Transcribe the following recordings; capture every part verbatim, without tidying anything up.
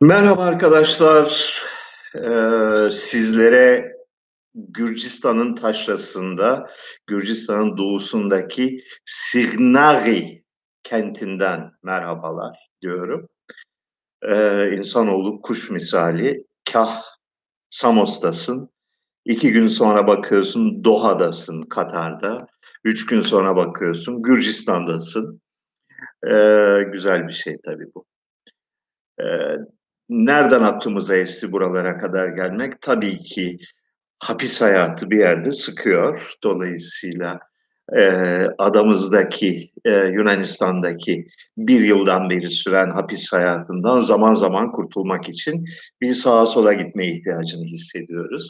Merhaba arkadaşlar. Eee, sizlere Gürcistan'ın taşrasında, Gürcistan'ın doğusundaki Signari kentinden merhabalar diyorum. Eee insanoğlu kuş misali, kah Samos'tasın, iki gün sonra bakıyorsun Doha'dasın, Katar'da, üç gün sonra bakıyorsun Gürcistan'dasın. Eee, güzel bir şey tabii bu. Eee, nereden aklımıza esti buralara kadar gelmek? Tabii ki hapis hayatı bir yerde sıkıyor. Dolayısıyla eee, adamızdaki, eee, Yunanistan'daki bir yıldan beri süren hapis hayatından zaman zaman kurtulmak için bir sağa sola gitmeye ihtiyacını hissediyoruz.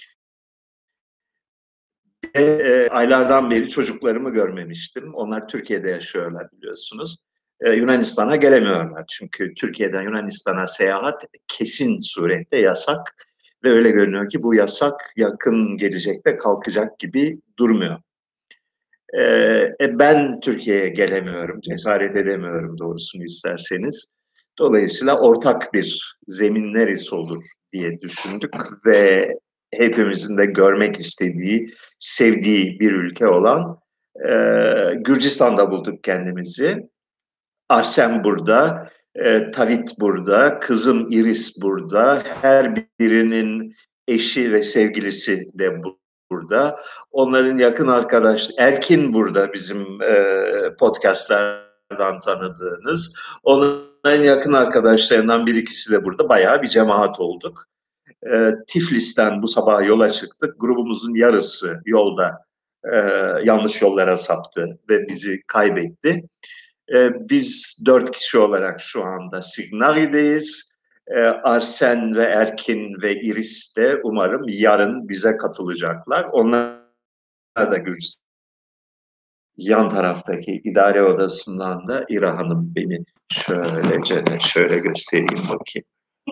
Eee, aylardan beri çocuklarımı görmemiştim. Onlar Türkiye'de yaşıyorlar biliyorsunuz. Eee, Yunanistan'a gelemiyorlar çünkü Türkiye'den Yunanistan'a seyahat kesin surette yasak ve öyle görünüyor ki bu yasak yakın gelecekte kalkacak gibi durmuyor. Eee, e, ben Türkiye'ye gelemiyorum, cesaret edemiyorum doğrusunu isterseniz. Dolayısıyla ortak bir zemin neresi olur diye düşündük ve hepimizin de görmek istediği, sevdiği bir ülke olan eee, Gürcistan'da bulduk kendimizi. Arsem burada, eee, Tavit burada, kızım Iris burada, her birinin eşi ve sevgilisi de bu burada. Onların yakın arkadaş Erkin burada bizim eee, podcast'lardan tanıdığınız. Onların yakın arkadaşlarından bir ikisi de burada. Bayağı bir cemaat olduk. Eee, Tiflis'ten bu sabah yola çıktık. Grubumuzun yarısı yolda eee, yanlış yollara saptı ve bizi kaybetti. Eee, biz dört kişi olarak şu anda Signali'deyiz. Eee, Arsen ve Erkin ve Iris de umarım yarın bize katılacaklar. Onlar da Gürcistan. Yan taraftaki idare odasından da İra Hanım beni şöylece de şöyle göstereyim bakayım.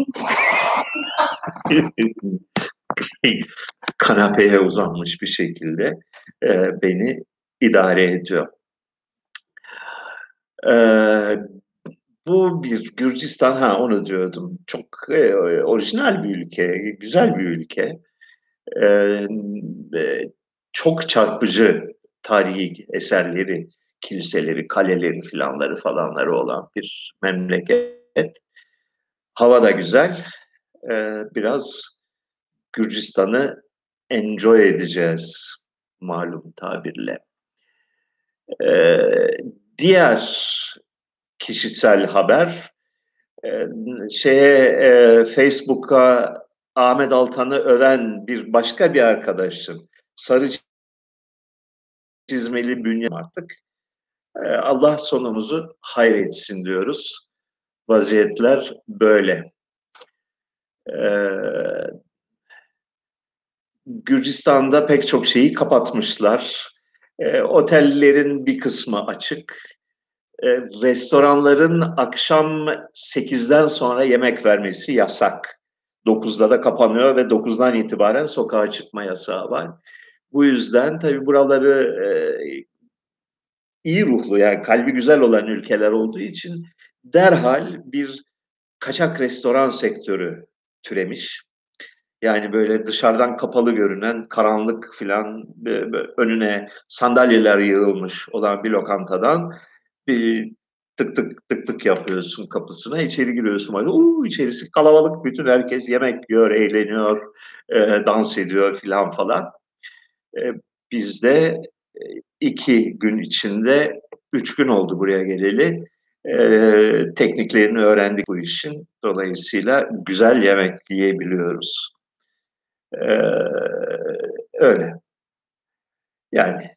Kanapeye uzanmış bir şekilde eee, beni idare ediyor. Eee, bu bir Gürcistan, ha onu diyordum. Çok eee, orijinal bir ülke, güzel bir ülke. Eee, eee, çok çarpıcı tarihi eserleri, kiliseleri, kaleleri filanları falanları olan bir memleket. Hava da güzel. Eee, biraz Gürcistan'ı enjoy edeceğiz malum tabirle. Eee, diğer kişisel haber, eee, şeye eee, Facebook'a Ahmet Altan'ı öven bir başka bir arkadaşım, sarı çizmeli Bünyamin artık. Eee, Allah sonumuzu hayretsin diyoruz. Vaziyetler böyle. Eee, Gürcistan'da pek çok şeyi kapatmışlar. Eee, otellerin bir kısmı açık. Eee, restoranların akşam sekizden sonra yemek vermesi yasak. dokuzda da kapanıyor ve dokuzdan itibaren sokağa çıkma yasağı var. Bu yüzden tabii buraları eee, iyi ruhlu yani kalbi güzel olan ülkeler olduğu için derhal bir kaçak restoran sektörü türemiş. Yani böyle dışarıdan kapalı görünen, karanlık filan bö bö önüne sandalyeler yığılmış olan bir lokantadan bir tık tık, tık tık yapıyorsun kapısına, içeri giriyorsun böyle, uuu, içerisi kalabalık, bütün herkes yemek yiyor, eğleniyor, eee, dans ediyor filan falan. Eee, biz de eee, iki gün içinde, üç gün oldu buraya geleli, eee, tekniklerini öğrendik bu işin. Dolayısıyla güzel yemek yiyebiliyoruz. Eee, öyle. Yani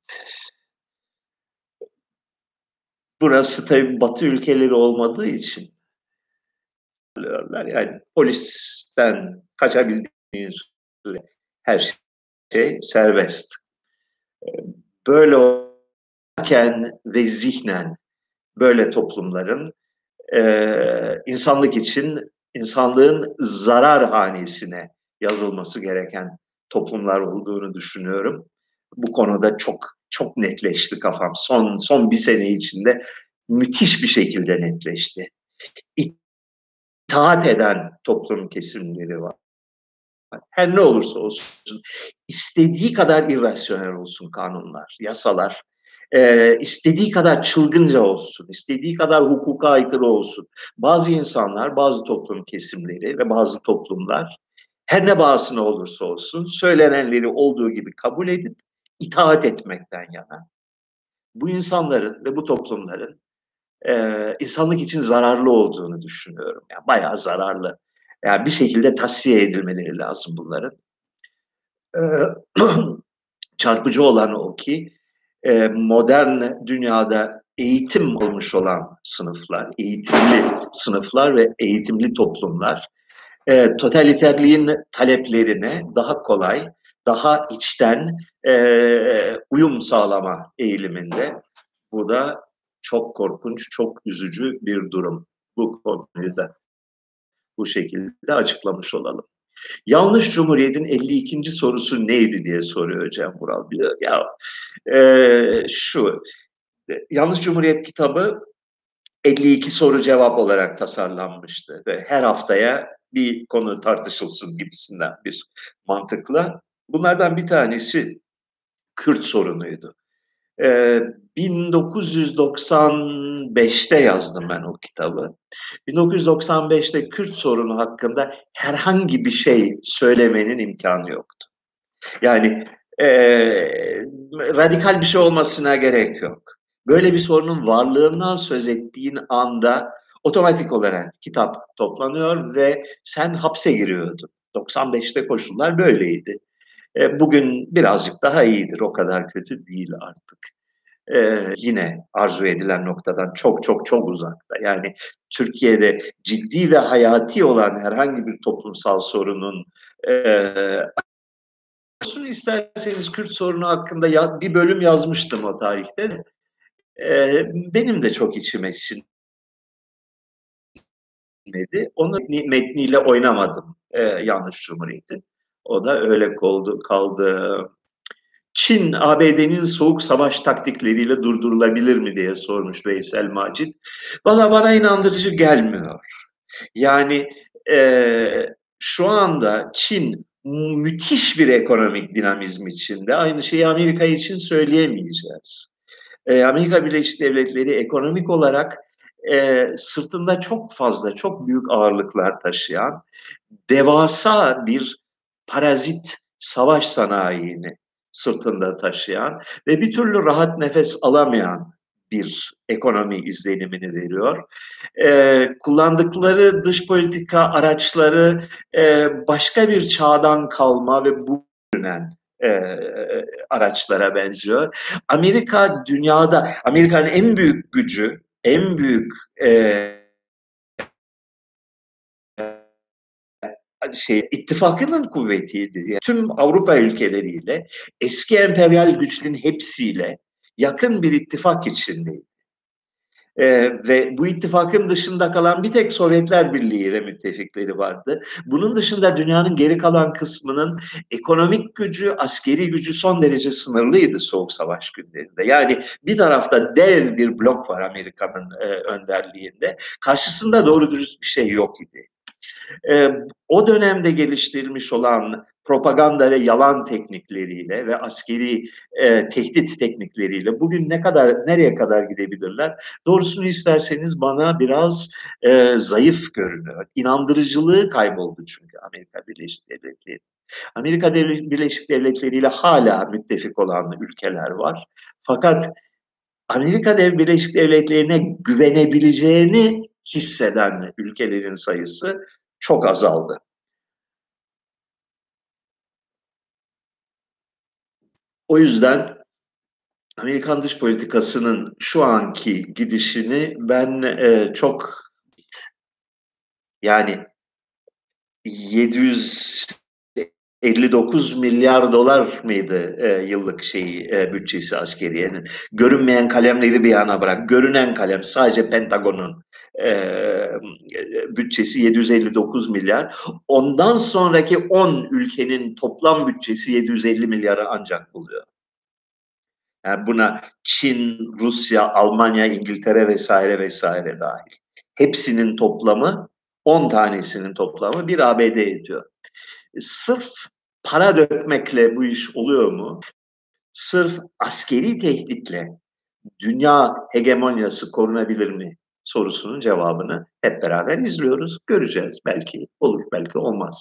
burası tabii Batı ülkeleri olmadığı için yani polisten kaçabildiğin süre her şey serbest. Böyle olurken ve zihnen böyle toplumların eee, insanlık için insanlığın zarar hanesine yazılması gereken toplumlar olduğunu düşünüyorum. Bu konuda çok çok netleşti kafam. Son son bir sene içinde müthiş bir şekilde netleşti. itaat eden toplum kesimleri var. Her ne olursa olsun, istediği kadar irrasyonel olsun kanunlar, yasalar, e, istediği kadar çılgınca olsun, istediği kadar hukuka aykırı olsun. Bazı insanlar, bazı toplum kesimleri ve bazı toplumlar her ne bağısına olursa olsun söylenenleri olduğu gibi kabul edip itaat etmekten yana. Bu insanların ve bu toplumların e, insanlık için zararlı olduğunu düşünüyorum. Yani bayağı zararlı. Yani bir şekilde tasfiye edilmeleri lazım bunların. E, Çarpıcı olan o ki e, modern dünyada eğitim olmuş olan sınıflar, eğitimli sınıflar ve eğitimli toplumlar e, totaliterliğin taleplerine daha kolay, daha içten e, uyum sağlama eğiliminde. Bu da çok korkunç, çok üzücü bir durum. Bu konuyu da bu şekilde açıklamış olalım. Yanlış Cumhuriyet'in elli ikinci sorusu neydi diye soruyor hocam Vural. Ya e, şu, Yanlış Cumhuriyet kitabı elli iki soru cevap olarak tasarlanmıştı ve her haftaya bir konu tartışılsın gibisinden bir mantıkla. Bunlardan bir tanesi Kürt sorunuydu. Ee, bin dokuz yüz doksan beşte yazdım ben o kitabı. bin dokuz yüz doksan beşte Kürt sorunu hakkında herhangi bir şey söylemenin imkanı yoktu. Yani e, radikal bir şey olmasına gerek yok. Böyle bir sorunun varlığından söz ettiğin anda otomatik olarak kitap toplanıyor ve sen hapse giriyordun. doksan beşte koşullar böyleydi. E, bugün birazcık daha iyidir, o kadar kötü değil artık. E, yine arzu edilen noktadan çok çok çok uzakta. Yani Türkiye'de ciddi ve hayati olan herhangi bir toplumsal sorunun e, Şunu isterseniz Kürt sorunu hakkında ya, bir bölüm yazmıştım o tarihte. Ee, benim de çok içime sinmedi. Onu metniyle oynamadım e, Yanlış Cumhuriyeti. O da öyle kaldı. kaldı. Çin, A B D'nin soğuk savaş taktikleriyle durdurulabilir mi diye sormuş Veysel Macit. Valla bana inandırıcı gelmiyor. Yani e, şu anda Çin müthiş bir ekonomik dinamizm içinde. Aynı şeyi Amerika için söyleyemeyeceğiz. E, Amerika Birleşik Devletleri ekonomik olarak e, sırtında çok fazla, çok büyük ağırlıklar taşıyan devasa bir parazit savaş sanayini sırtında taşıyan ve bir türlü rahat nefes alamayan bir ekonomi izlenimini veriyor. Ee, kullandıkları dış politika araçları e, başka bir çağdan kalma ve bu e, araçlara benziyor. Amerika dünyada, Amerika'nın en büyük gücü, en büyük e, şey ittifakının kuvvetiydi. Yani tüm Avrupa ülkeleriyle, eski emperyal güçlerin hepsiyle yakın bir ittifak içindeydi. Ee, ve bu ittifakın dışında kalan bir tek Sovyetler Birliği ve müttefikleri vardı. Bunun dışında dünyanın geri kalan kısmının ekonomik gücü, askeri gücü son derece sınırlıydı Soğuk Savaş günlerinde. Yani bir tarafta dev bir blok var Amerika'nın e, önderliğinde. Karşısında doğru dürüst bir şey yok idi. E, o dönemde geliştirilmiş olan propaganda ve yalan teknikleriyle ve askeri e, tehdit teknikleriyle bugün ne kadar nereye kadar gidebilirler? Doğrusunu isterseniz bana biraz e, zayıf görünüyor. İnandırıcılığı kayboldu çünkü Amerika Birleşik Devletleri. Amerika Birleşik Devletleri ile hala müttefik olan ülkeler var. Fakat Amerika Birleşik Devletleri'ne güvenebileceğini hisseden ülkelerin sayısı çok azaldı. O yüzden Amerikan dış politikasının şu anki gidişini ben e, çok yani yedi yüz elli dokuz milyar dolar mıydı e, yıllık şeyi e, bütçesi askeriyenin? Görünmeyen kalemleri bir yana bırak. Görünen kalem sadece Pentagon'un e, bütçesi yedi yüz elli dokuz milyar. Ondan sonraki on ülkenin toplam bütçesi yedi yüz elli milyarı ancak buluyor. Yani buna Çin, Rusya, Almanya, İngiltere vesaire vesaire dahil. Hepsinin toplamı on tanesinin toplamı bir A B D ediyor. Sırf para dökmekle bu iş oluyor mu? Sırf askeri tehditle dünya hegemonyası korunabilir mi sorusunun cevabını hep beraber izliyoruz, göreceğiz. Belki olur, belki olmaz.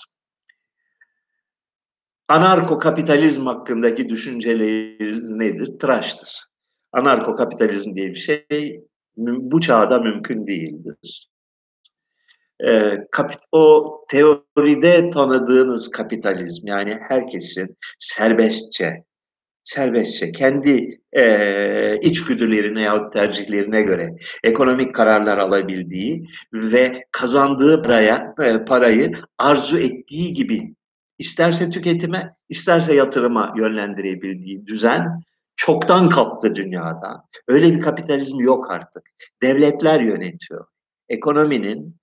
Anarko kapitalizm hakkındaki düşünceleriniz nedir? Tıraştır. Anarko kapitalizm diye bir şey bu çağda mümkün değildir. Ee, kapit o teoride tanıdığınız kapitalizm, yani herkesin serbestçe serbestçe kendi e, içgüdülerine yahut tercihlerine göre ekonomik kararlar alabildiği ve kazandığı paraya, e, parayı arzu ettiği gibi isterse tüketime, isterse yatırıma yönlendirebildiği düzen çoktan kalktı dünyada. Öyle bir kapitalizm yok artık. Devletler yönetiyor. Ekonominin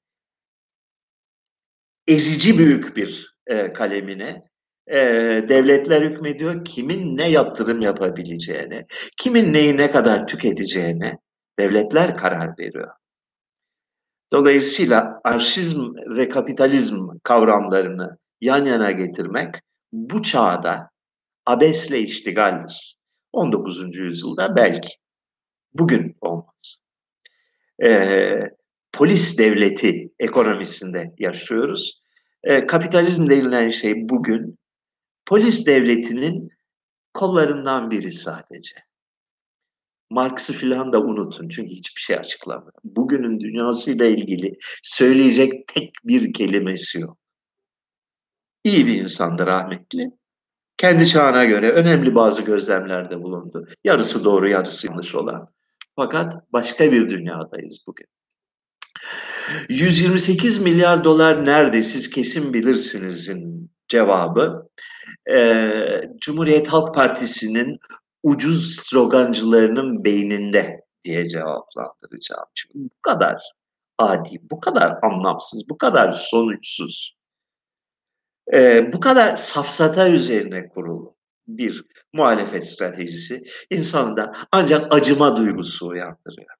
ezici büyük bir e, kalemine e, devletler hükmediyor. Kimin ne yatırım yapabileceğine, kimin neyi ne kadar tüketeceğine devletler karar veriyor. Dolayısıyla anarşizm ve kapitalizm kavramlarını yan yana getirmek bu çağda abesle iştigaldir. on dokuzuncu yüzyılda belki, bugün olmaz. Ee, polis devleti ekonomisinde yaşıyoruz. Ee, kapitalizm denilen şey bugün polis devletinin kollarından biri sadece. Marx'ı filan da unutun çünkü hiçbir şey açıklamıyor. Bugünün dünyasıyla ilgili söyleyecek tek bir kelimesi yok. İyi bir insandı rahmetli. Kendi çağına göre önemli bazı gözlemlerde bulundu. Yarısı doğru, yarısı yanlış olan. Fakat başka bir dünyadayız bugün. yüz yirmi sekiz milyar dolar nerede? Siz kesin bilirsinizin cevabı. Ee, Cumhuriyet Halk Partisi'nin ucuz slogancılarının beyninde diye cevaplandıracağım. Çünkü bu kadar adi, bu kadar anlamsız, bu kadar sonuçsuz, e, bu kadar safsata üzerine kurulu bir muhalefet stratejisi insanda ancak acıma duygusu uyandırıyor.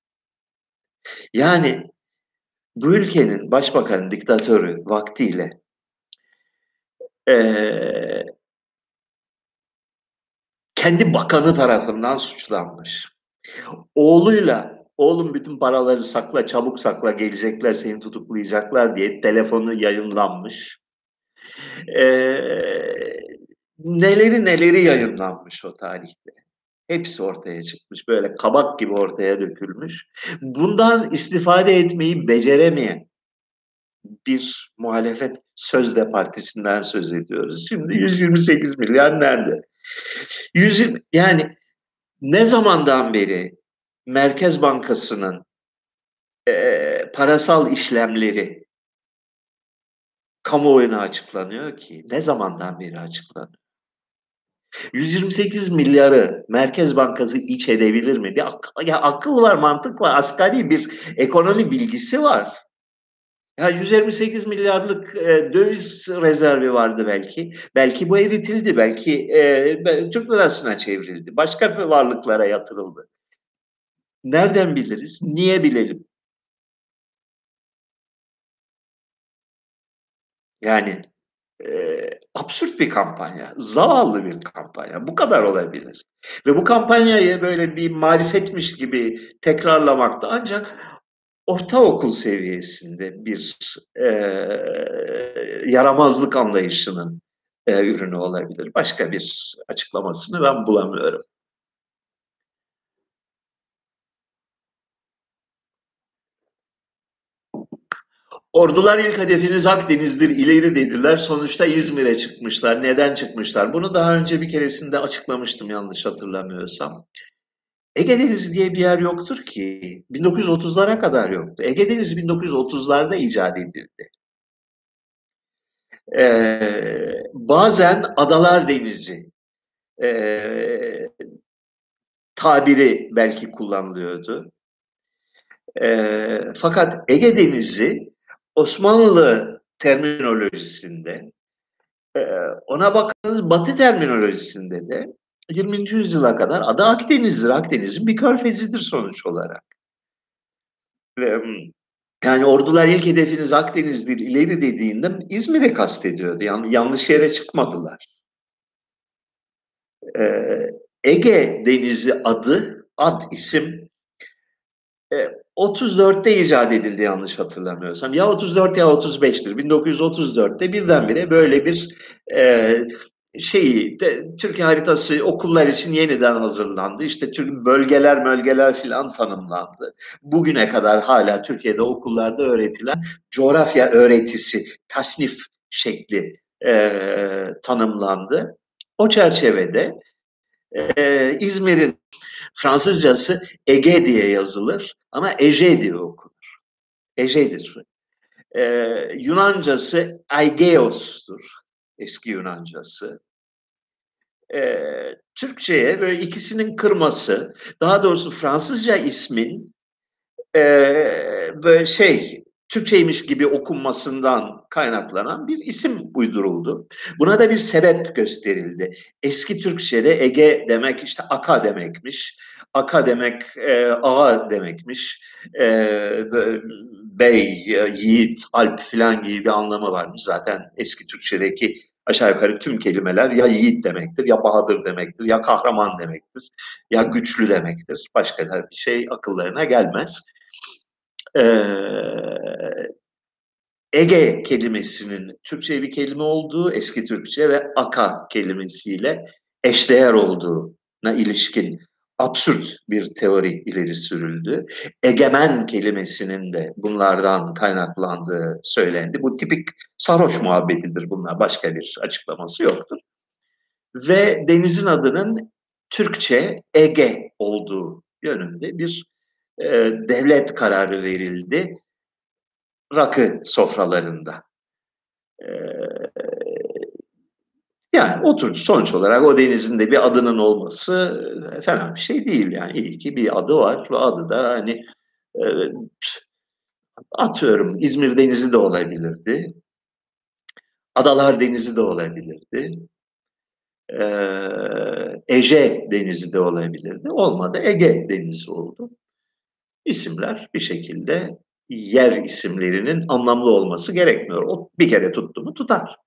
Yani bu ülkenin başbakanı, diktatörü vaktiyle e, kendi bakanı tarafından suçlanmış. Oğluyla, oğlum bütün paraları sakla, çabuk sakla, gelecekler seni tutuklayacaklar diye telefonu yayınlanmış. Ee, neleri neleri yayınlanmış o tarihte. Hepsi ortaya çıkmış. Böyle kabak gibi ortaya dökülmüş. Bundan istifade etmeyi beceremeyen bir muhalefet sözde partisinden söz ediyoruz. Şimdi yüz yirmi sekiz milyar nerede? yüz yirmi, yani ne zamandan beri Merkez Bankası'nın e, parasal işlemleri kamuoyuna açıklanıyor ki? Ne zamandan beri açıklanıyor? yüz yirmi sekiz milyarı Merkez Bankası iç edebilir mi? Ya, ya akıl var, mantık var, asgari bir ekonomi bilgisi var. Ya yüz yirmi sekiz milyarlık e, döviz rezervi vardı belki. Belki bu eritildi, belki e, Türk lirasına çevrildi. Başka varlıklara yatırıldı. Nereden biliriz? Niye bilelim? Yani e, absürt bir kampanya, zavallı bir kampanya. Bu kadar olabilir. Ve bu kampanyayı böyle bir marifetmiş gibi tekrarlamakta ancak ortaokul seviyesinde bir e, yaramazlık anlayışının e, ürünü olabilir. Başka bir açıklamasını ben bulamıyorum. Ordular ilk hedefiniz Akdeniz'dir, ileri dediler. Sonuçta İzmir'e çıkmışlar. Neden çıkmışlar? Bunu daha önce bir keresinde açıklamıştım yanlış hatırlamıyorsam. Ege Denizi diye bir yer yoktur ki. bin dokuz yüz otuzlara kadar yoktu. Ege Denizi bin dokuz yüz otuzlarda icat edildi. Ee, bazen Adalar Denizi e, tabiri belki kullanılıyordu. E, fakat Ege Denizi Osmanlı terminolojisinde, e, ona bakarsanız Batı terminolojisinde de yirminci yüzyıla kadar adı Akdeniz'dir. Akdeniz'in bir körfezidir sonuç olarak. Ve Yani ordular ilk hedefiniz Akdeniz'dir, ileri dediğinde İzmir'i kastediyordu. Yani yanlış yere çıkmadılar. Ee, Ege Denizi adı, ad isim e, otuz dörtte icat edildi yanlış hatırlamıyorsam. Ya otuz dört ya otuz beştir. bin dokuz yüz otuz dörtte birdenbire böyle bir e, şeyi de, Türkiye haritası okullar için yeniden hazırlandı. İşte Türk bölgeler bölgeler filan tanımlandı. Bugüne kadar hala Türkiye'de okullarda öğretilen coğrafya öğretisi, tasnif şekli e, tanımlandı. O çerçevede e, İzmir'in Fransızcası Ege diye yazılır ama Ege diye okunur. Ege'dir. Ee, Yunancası Aigeos'tur. Eski Yunancası. Ee, Türkçe'ye böyle ikisinin kırması, daha doğrusu Fransızca ismin e, böyle şey Türkçeymiş gibi okunmasından kaynaklanan bir isim uyduruldu. Buna da bir sebep gösterildi. Eski Türkçe'de Ege demek işte aka demekmiş. Aka demek e, ağa demekmiş. E, bey, yiğit, alp filan gibi bir anlamı varmış. Zaten eski Türkçedeki aşağı yukarı tüm kelimeler ya yiğit demektir, ya bahadır demektir, ya kahraman demektir, ya güçlü demektir. Başka da bir şey akıllarına gelmez. Ee, Ege kelimesinin Türkçe bir kelime olduğu, eski Türkçe ve aka kelimesiyle eşdeğer olduğuna ilişkin absürt bir teori ileri sürüldü. Egemen kelimesinin de bunlardan kaynaklandığı söylendi. Bu tipik sarhoş muhabbetidir bunlar. Başka bir açıklaması yoktur. Ve denizin adının Türkçe Ege olduğu yönünde bir e, devlet kararı verildi rakı sofralarında. E, Yani oturdu. Sonuç olarak o denizin de bir adının olması e, fena bir şey değil. Yani iyi ki bir adı var ve adı da hani e, atıyorum İzmir Denizi de olabilirdi. Adalar Denizi de olabilirdi. Ee, Ege Denizi de olabilirdi. Olmadı Ege Denizi oldu. İsimler bir şekilde yer isimlerinin anlamlı olması gerekmiyor. O bir kere tuttu mu tutar.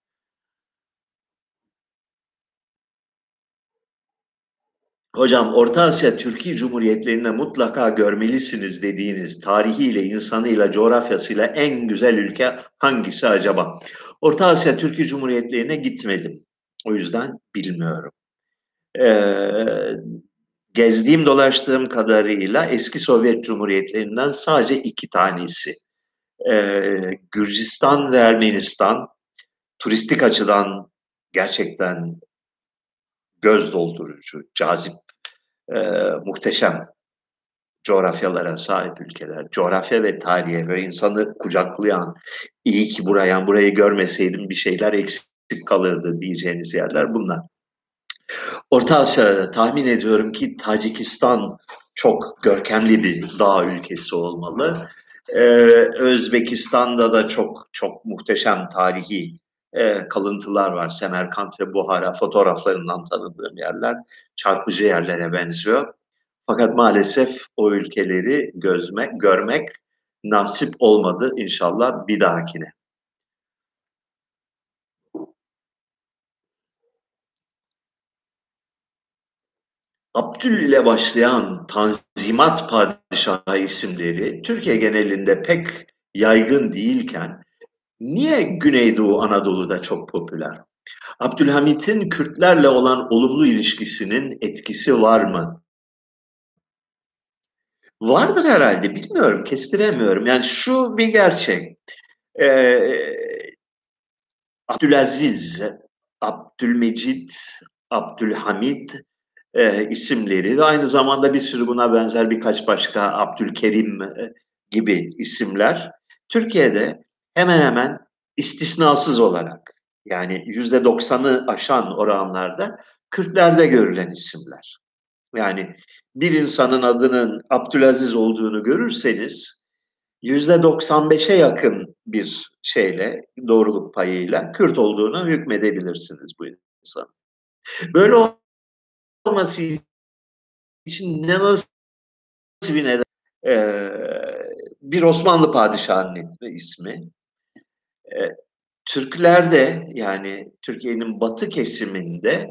Hocam Orta Asya Türkiye Cumhuriyetlerine mutlaka görmelisiniz dediğiniz tarihiyle, insanıyla, coğrafyasıyla en güzel ülke hangisi acaba? Orta Asya Türkiye Cumhuriyetlerine gitmedim. O yüzden bilmiyorum. Ee, Gezdiğim dolaştığım kadarıyla eski Sovyet Cumhuriyetlerinden sadece iki tanesi. Ee, Gürcistan ve Ermenistan turistik açıdan gerçekten göz doldurucu, cazip, e, muhteşem coğrafyalara sahip ülkeler. Coğrafya ve tarihe böyle insanı kucaklayan, iyi ki buraya, burayı görmeseydim bir şeyler eksik kalırdı diyeceğiniz yerler bunlar. Orta Asya'da tahmin ediyorum ki Tacikistan çok görkemli bir dağ ülkesi olmalı. Ee, Özbekistan'da da çok çok muhteşem tarihi e, kalıntılar var. Semerkant ve Buhara fotoğraflarından tanıdığım yerler çarpıcı yerlere benziyor. Fakat maalesef o ülkeleri gözme, görmek nasip olmadı inşallah bir dahakine. Abdül ile başlayan Tanzimat Padişahı isimleri Türkiye genelinde pek yaygın değilken niye Güneydoğu Anadolu'da çok popüler? Abdülhamit'in Kürtlerle olan olumlu ilişkisinin etkisi var mı? Vardır herhalde bilmiyorum, kestiremiyorum. Yani şu bir gerçek. Ee, Abdülaziz, Abdülmecid, Abdülhamid e, isimleri ve aynı zamanda bir sürü buna benzer birkaç başka Abdülkerim e, gibi isimler Türkiye'de hemen hemen istisnasız olarak yani yüzde doksanı aşan oranlarda Kürtlerde görülen isimler. Yani bir insanın adının Abdülaziz olduğunu görürseniz yüzde doksan beşe yakın bir şeyle, doğruluk payıyla Kürt olduğunu hükmedebilirsiniz bu insan. Böyle olması için ne nasıl bir neden? Ee, bir Osmanlı padişahının ismi. E, Türklerde, yani Türkiye'nin batı kesiminde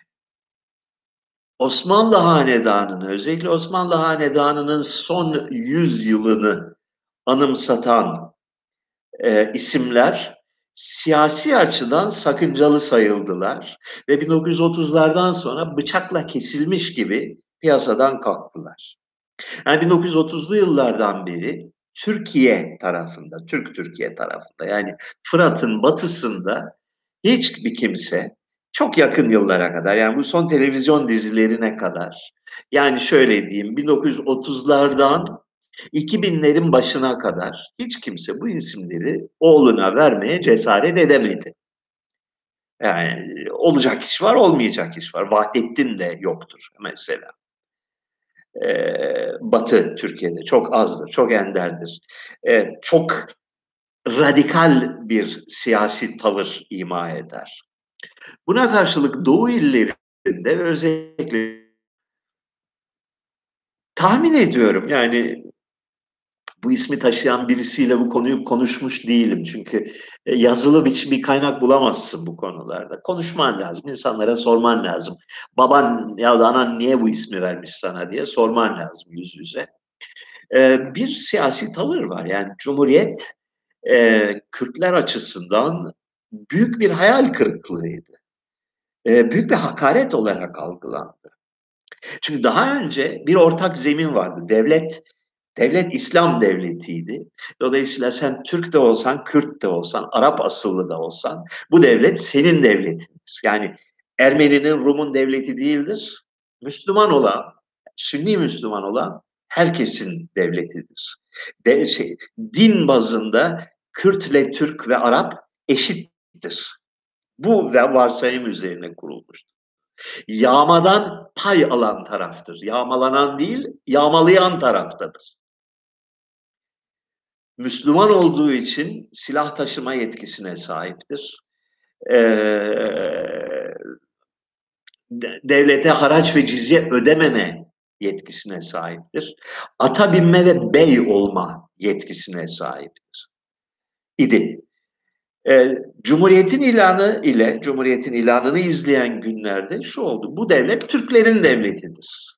Osmanlı Hanedanı'nı, özellikle Osmanlı Hanedanı'nın son yüz yılını anımsatan e, isimler siyasi açıdan sakıncalı sayıldılar ve bin dokuz yüz otuzlardan sonra bıçakla kesilmiş gibi piyasadan kalktılar. Yani bin dokuz yüz otuzlu yıllardan beri Türkiye tarafında, Türk Türkiye tarafında, yani Fırat'ın batısında hiçbir kimse çok yakın yıllara kadar, yani bu son televizyon dizilerine kadar, yani şöyle diyeyim, bin dokuz yüz otuzlardan iki binlerin başına kadar hiç kimse bu isimleri oğluna vermeye cesaret edemedi. Yani olacak iş var, olmayacak iş var. Vahdettin de yoktur mesela. Ee, Batı Türkiye'de çok azdır, çok enderdir. Ee, çok radikal bir siyasi tavır ima eder. Buna karşılık Doğu illerinde özellikle tahmin ediyorum, yani bu ismi taşıyan birisiyle bu konuyu konuşmuş değilim. Çünkü yazılı bir, bir kaynak bulamazsın bu konularda. Konuşman lazım, insanlara sorman lazım. Baban ya da anan niye bu ismi vermiş sana diye sorman lazım yüz yüze. Ee, bir siyasi tavır var. Yani Cumhuriyet e, Kürtler açısından büyük bir hayal kırıklığıydı. E, büyük bir hakaret olarak algılandı. Çünkü daha önce bir ortak zemin vardı. Devlet Devlet İslam devletiydi. Dolayısıyla sen Türk de olsan, Kürt de olsan, Arap asıllı da olsan bu devlet senin devletindir. Yani Ermeninin, Rum'un devleti değildir. Müslüman olan, Sünni Müslüman olan herkesin devletidir. De, şey, din bazında Kürtle Türk ve Arap eşittir. Bu varsayım üzerine kurulmuştur. Yağmadan pay alan taraftır. Yağmalanan değil, yağmalayan taraftadır. Müslüman olduğu için silah taşıma yetkisine sahiptir. Ee, devlete haraç ve cizye ödememe yetkisine sahiptir. Ata binme ve bey olma yetkisine sahiptir. İdi. Ee, Cumhuriyetin ilanı ile Cumhuriyetin ilanını izleyen günlerde şu oldu. Bu devlet Türklerin devletidir.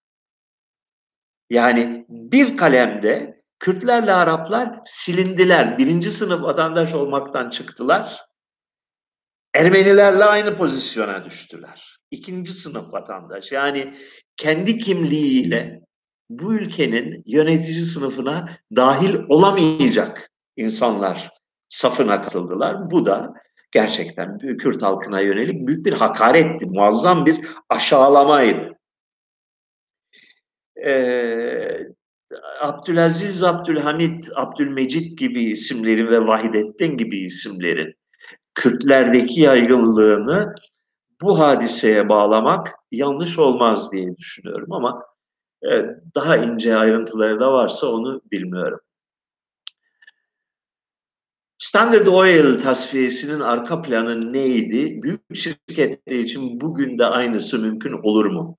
Yani bir kalemde Kürtlerle Araplar silindiler. Birinci sınıf vatandaş olmaktan çıktılar. Ermenilerle aynı pozisyona düştüler. İkinci sınıf vatandaş. Yani kendi kimliğiyle bu ülkenin yönetici sınıfına dahil olamayacak insanlar safına katıldılar. Bu da gerçekten Kürt halkına yönelik büyük bir hakaretti, muazzam bir aşağılamaydı. Ee, Abdülaziz, Abdülhamit, Abdülmecit gibi isimlerin ve Vahidettin gibi isimlerin Kürtlerdeki yaygınlığını bu hadiseye bağlamak yanlış olmaz diye düşünüyorum ama e, daha ince ayrıntıları da varsa onu bilmiyorum. Standard Oil tasfiyesinin arka planı neydi? Büyük şirketler için bugün de aynısı mümkün olur mu?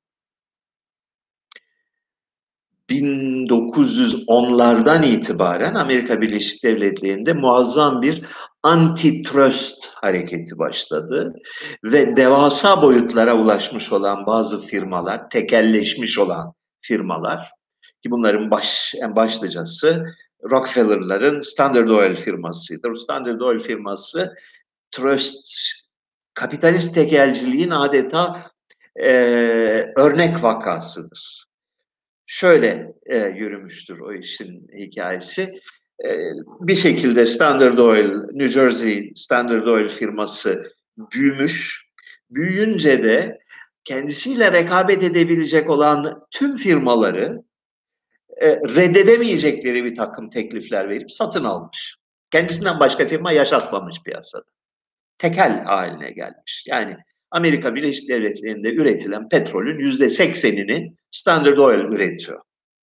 bin dokuz yüz onlardan itibaren Amerika Birleşik Devletleri'nde muazzam bir antitrust hareketi başladı ve devasa boyutlara ulaşmış olan bazı firmalar, tekelleşmiş olan firmalar ki bunların baş, en başlıcası Rockefeller'ların Standard Oil firmasıydı. Standard Oil firması trust, kapitalist tekelciliğin adeta e, örnek vakasıdır. Şöyle e, yürümüştür o işin hikayesi. E, bir şekilde Standard Oil, New Jersey Standard Oil firması büyümüş. Büyüyünce de kendisiyle rekabet edebilecek olan tüm firmaları e, reddedemeyecekleri bir takım teklifler verip satın almış. Kendisinden başka firma yaşatmamış piyasada. Tekel haline gelmiş. Yani Amerika Birleşik Devletleri'nde üretilen petrolün yüzde seksenini Standard Oil üretiyor.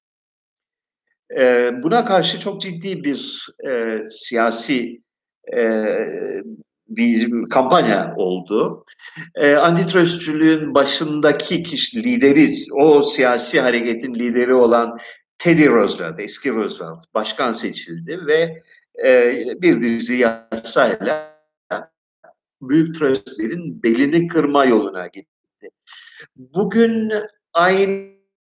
Ee, buna karşı çok ciddi bir e, siyasi e, bir kampanya oldu. E, antitrustçülüğün başındaki kişi, lideri, o siyasi hareketin lideri olan Teddy Roosevelt, eski Roosevelt başkan seçildi ve e, bir dizi yasayla büyük tröstlerin belini kırma yoluna gitti. Bugün aynı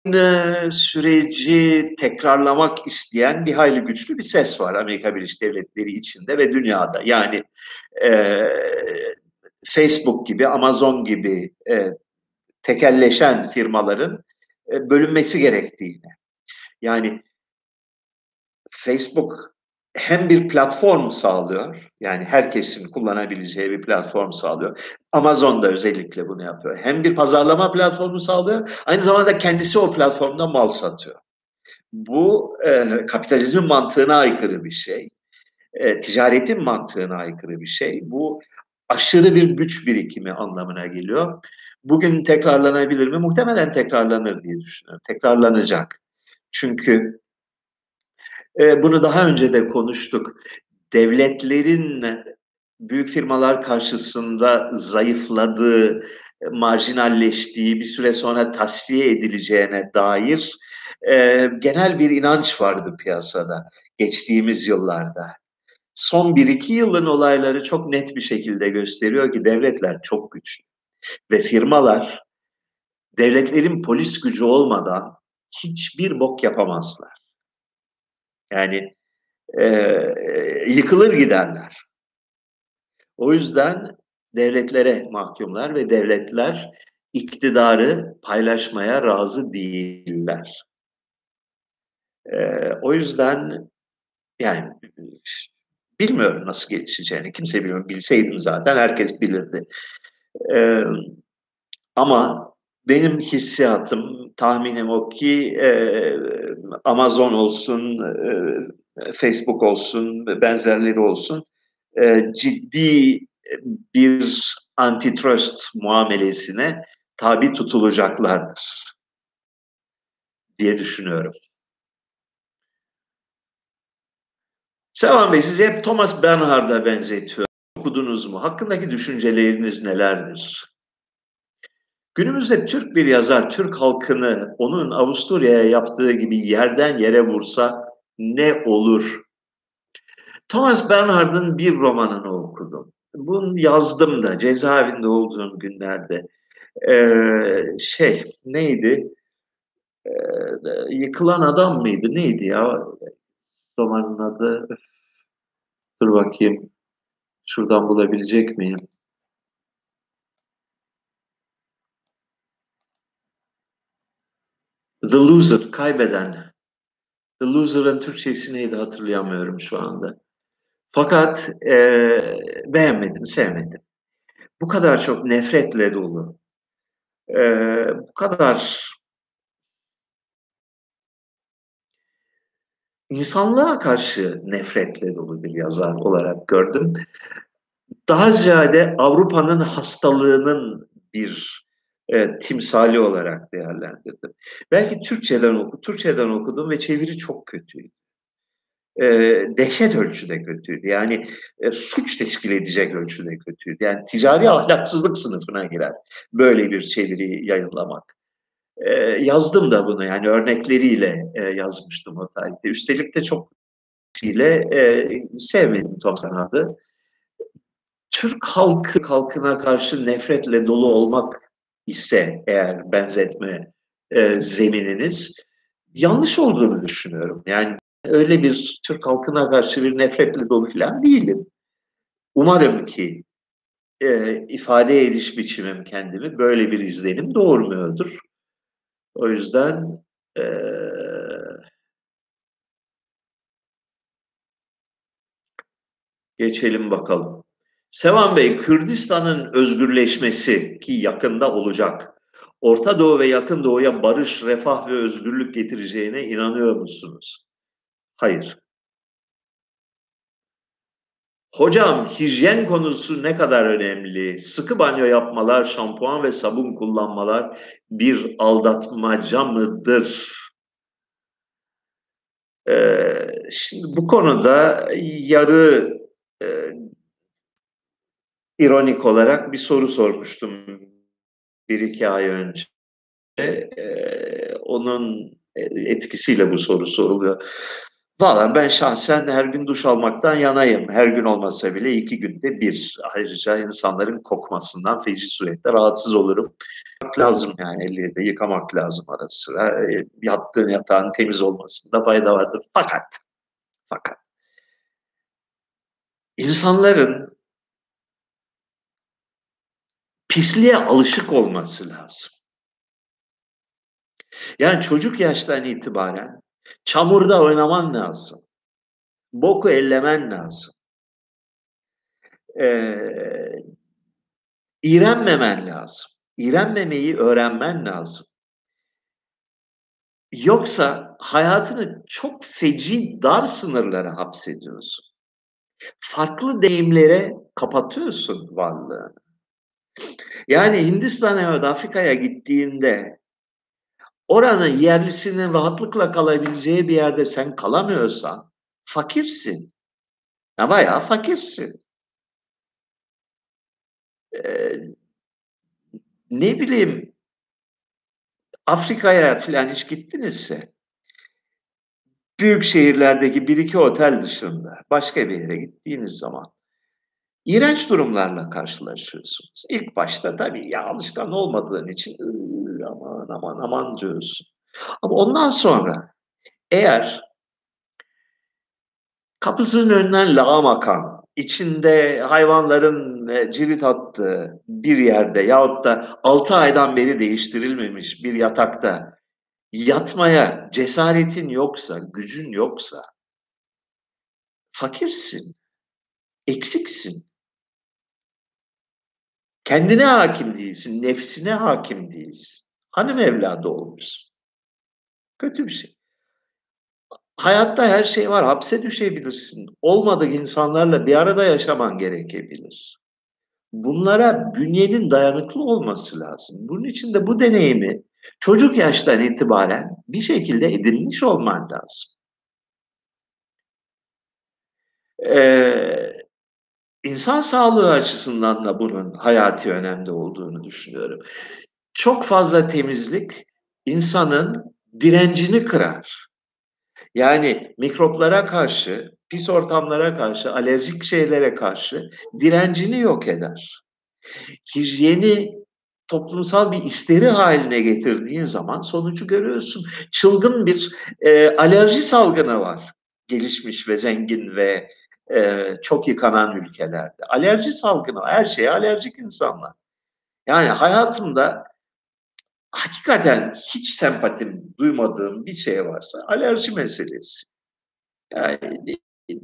süreci tekrarlamak isteyen bir hayli güçlü bir ses var Amerika Birleşik Devletleri içinde ve dünyada. Yani e, Facebook gibi, Amazon gibi e, tekelleşen firmaların e, bölünmesi gerektiğini. Yani Facebook hem bir platform sağlıyor, yani herkesin kullanabileceği bir platform sağlıyor. Amazon da özellikle bunu yapıyor. Hem bir pazarlama platformu sağlıyor, aynı zamanda kendisi o platformda mal satıyor. Bu e, kapitalizmin mantığına aykırı bir şey. E, ticaretin mantığına aykırı bir şey. Bu aşırı bir güç birikimi anlamına geliyor. Bugün tekrarlanabilir mi? Muhtemelen tekrarlanır diye düşünüyorum. Tekrarlanacak. Çünkü e, bunu daha önce de konuştuk. Devletlerin büyük firmalar karşısında zayıfladığı, marjinalleştiği, bir süre sonra tasfiye edileceğine dair e, genel bir inanç vardı piyasada geçtiğimiz yıllarda. Son bir iki yılın olayları çok net bir şekilde gösteriyor ki devletler çok güçlü ve firmalar devletlerin polis gücü olmadan hiçbir bok yapamazlar. Yani e, yıkılır giderler. O yüzden devletlere mahkumlar ve devletler iktidarı paylaşmaya razı değiller. E, o yüzden yani bilmiyorum nasıl gelişeceğini. Kimse bilmiyor. Bilseydim zaten herkes bilirdi. E, ama benim hissiyatım, tahminim o ki e, Amazon olsun, e, Facebook olsun, benzerleri olsun e, ciddi bir antitrust muamelesine tabi tutulacaklardır diye düşünüyorum. Sevan Bey, sizi hep Thomas Bernhard'a benzetiyor. Okudunuz mu? Hakkındaki düşünceleriniz nelerdir? Günümüzde Türk bir yazar, Türk halkını onun Avusturya'ya yaptığı gibi yerden yere vursa ne olur? Thomas Bernhard'ın bir romanını okudum. Bunu yazdım da cezaevinde olduğum günlerde. Ee, şey neydi? Ee, Yıkılan Adam mıydı? Neydi ya? Romanın adı. Dur bakayım. Şuradan bulabilecek miyim? The Loser, Kaybeden. The Loser'ın Türkçesi neydi hatırlayamıyorum şu anda. Fakat e, beğenmedim, sevmedim. Bu kadar çok nefretle dolu, e, bu kadar insanlığa karşı nefretle dolu bir yazar olarak gördüm. Daha ziyade Avrupa'nın hastalığının bir e, timsali olarak değerlendirdim. Belki Türkçeden oku, Türkçeden okudum ve çeviri çok kötüydü. E, dehşet ölçüde kötüydü. Yani e, suç teşkil edecek ölçüde kötüydü. Yani ticari ahlaksızlık sınıfına girer böyle bir çeviri yayınlamak. E, yazdım da bunu yani örnekleriyle e, yazmıştım o tarihte. Üstelik de çok ile e, sevmedim Tom Sanat'ı. Türk halkı halkına karşı nefretle dolu olmak ise eğer benzetme e, zemininiz yanlış olduğunu düşünüyorum. Yani öyle bir Türk halkına karşı bir nefretle dolu falan değilim. Umarım ki e, ifade ediş biçimim kendimi böyle bir izlenim doğurmuyordur. O yüzden e, geçelim bakalım. Sevan Bey, Kürdistan'ın özgürleşmesi ki yakında olacak, Orta Doğu ve Yakın Doğu'ya barış, refah ve özgürlük getireceğine inanıyor musunuz? Hayır. Hocam, hijyen konusu ne kadar önemli? Sıkı banyo yapmalar, şampuan ve sabun kullanmalar bir aldatmaca mıdır? Ee, şimdi bu konuda yarı e, ironik olarak bir soru sormuştum bir iki ay önce. Ee, onun etkisiyle bu soru soruluyor. Valla ben şahsen her gün duş almaktan yanayım. Her gün olmasa bile iki günde bir. Ayrıca insanların kokmasından feci surette rahatsız olurum. Lazım yani elleri de yıkamak lazım ara sıra. E, yattığın yatağın temiz olmasında fayda vardır. Fakat, fakat insanların pisliğe alışık olması lazım. Yani çocuk yaştan itibaren çamurda oynaman lazım. Boku ellemen lazım. Ee, iğrenmemen lazım. İğrenmemeyi öğrenmen lazım. Yoksa hayatını çok feci dar sınırlara hapsediyorsun. Farklı deneyimlere kapatıyorsun varlığını. Yani Hindistan'a ya da Afrika'ya gittiğinde oranın yerlisinin rahatlıkla kalabileceği bir yerde sen kalamıyorsan fakirsin. Ya bayağı fakirsin. Ee, ne bileyim Afrika'ya falan hiç gittinizse büyük şehirlerdeki bir iki otel dışında başka bir yere gittiğiniz zaman iğrenç durumlarla karşılaşıyorsunuz. İlk başta tabii ya alışkan olmadığın için aman aman aman diyorsun. Ama ondan sonra eğer kapısının önünden lağım akan, içinde hayvanların e, cirit attığı bir yerde yahut da altı aydan beri değiştirilmemiş bir yatakta yatmaya cesaretin yoksa, gücün yoksa fakirsin, eksiksin. Kendine hakim değilsin, nefsine hakim değilsin. Hanım evladı olmuşsun. Kötü bir şey. Hayatta her şey var, hapse düşebilirsin. Olmadık insanlarla bir arada yaşaman gerekebilir. Bunlara bünyenin dayanıklı olması lazım. Bunun için de bu deneyimi çocuk yaştan itibaren bir şekilde edinmiş olman lazım. Ee, insan sağlığı açısından da bunun hayati önemde olduğunu düşünüyorum. Çok fazla temizlik insanın direncini kırar. Yani mikroplara karşı, pis ortamlara karşı, alerjik şeylere karşı direncini yok eder. Hijyeni toplumsal bir isteri haline getirdiğin zaman sonucu görüyorsun. Çılgın bir e, alerji salgını var gelişmiş ve zengin ve e, çok yıkanan ülkelerde. Alerji salgını, her şeye alerjik insanlar. Yani hayatımda hakikaten hiç sempatim duymadığım bir şey varsa alerji meselesi. Yani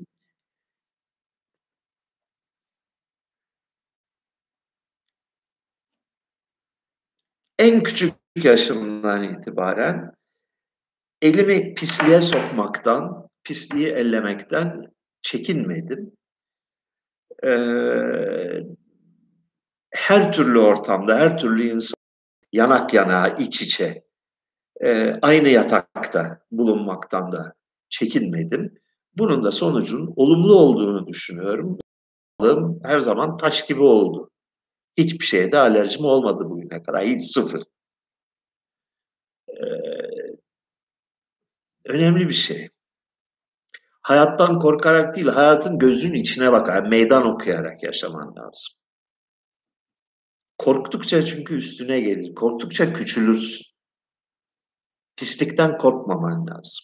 en küçük yaşımdan itibaren elimi pisliğe sokmaktan, pisliği ellemekten çekinmedim. Ee, her türlü ortamda, her türlü insan yanak yanağa, iç içe, e, aynı yatakta bulunmaktan da çekinmedim. Bunun da sonucun olumlu olduğunu düşünüyorum. Her zaman taş gibi oldu. Hiçbir şeye de alerjim olmadı bugüne kadar. Hiç sıfır. Ee, önemli bir şey. Hayattan korkarak değil, hayatın gözünün içine bakarak, meydan okuyarak yaşaman lazım. Korktukça çünkü üstüne gelir. Korktukça küçülürsün. Pislikten korkmaman lazım.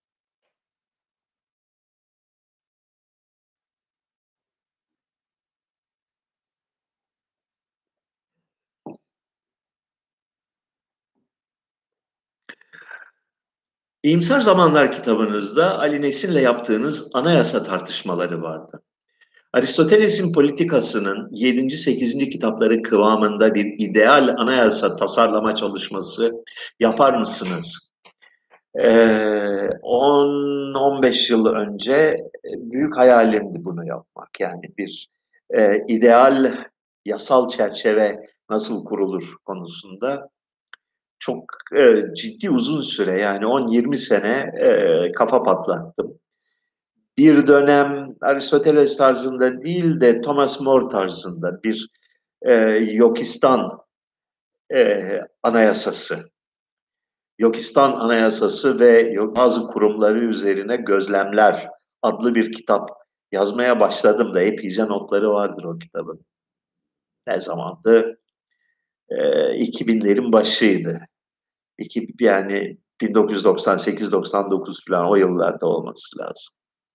İyimser Zamanlar kitabınızda Ali Nesin'le yaptığınız anayasa tartışmaları vardı. Aristoteles'in politikasının yedinci sekizinci kitapları kıvamında bir ideal anayasa tasarlama çalışması yapar mısınız? Ee, on on beş yıl önce büyük hayalimdi bunu yapmak. Yani bir e, ideal yasal çerçeve nasıl kurulur konusunda çok e, ciddi uzun süre yani on yirmi sene e, kafa patlattım. Bir dönem Aristoteles tarzında değil de Thomas More tarzında bir e, Yokistan e, anayasası Yokistan Anayasası ve bazı kurumları üzerine gözlemler adlı bir kitap yazmaya başladım da epeyce notları vardır o kitabın. Ne zamandı? Ee, iki binlerin başıydı. İki, yani bin dokuz yüz doksan sekiz doksan dokuz falan o yıllarda olması lazım.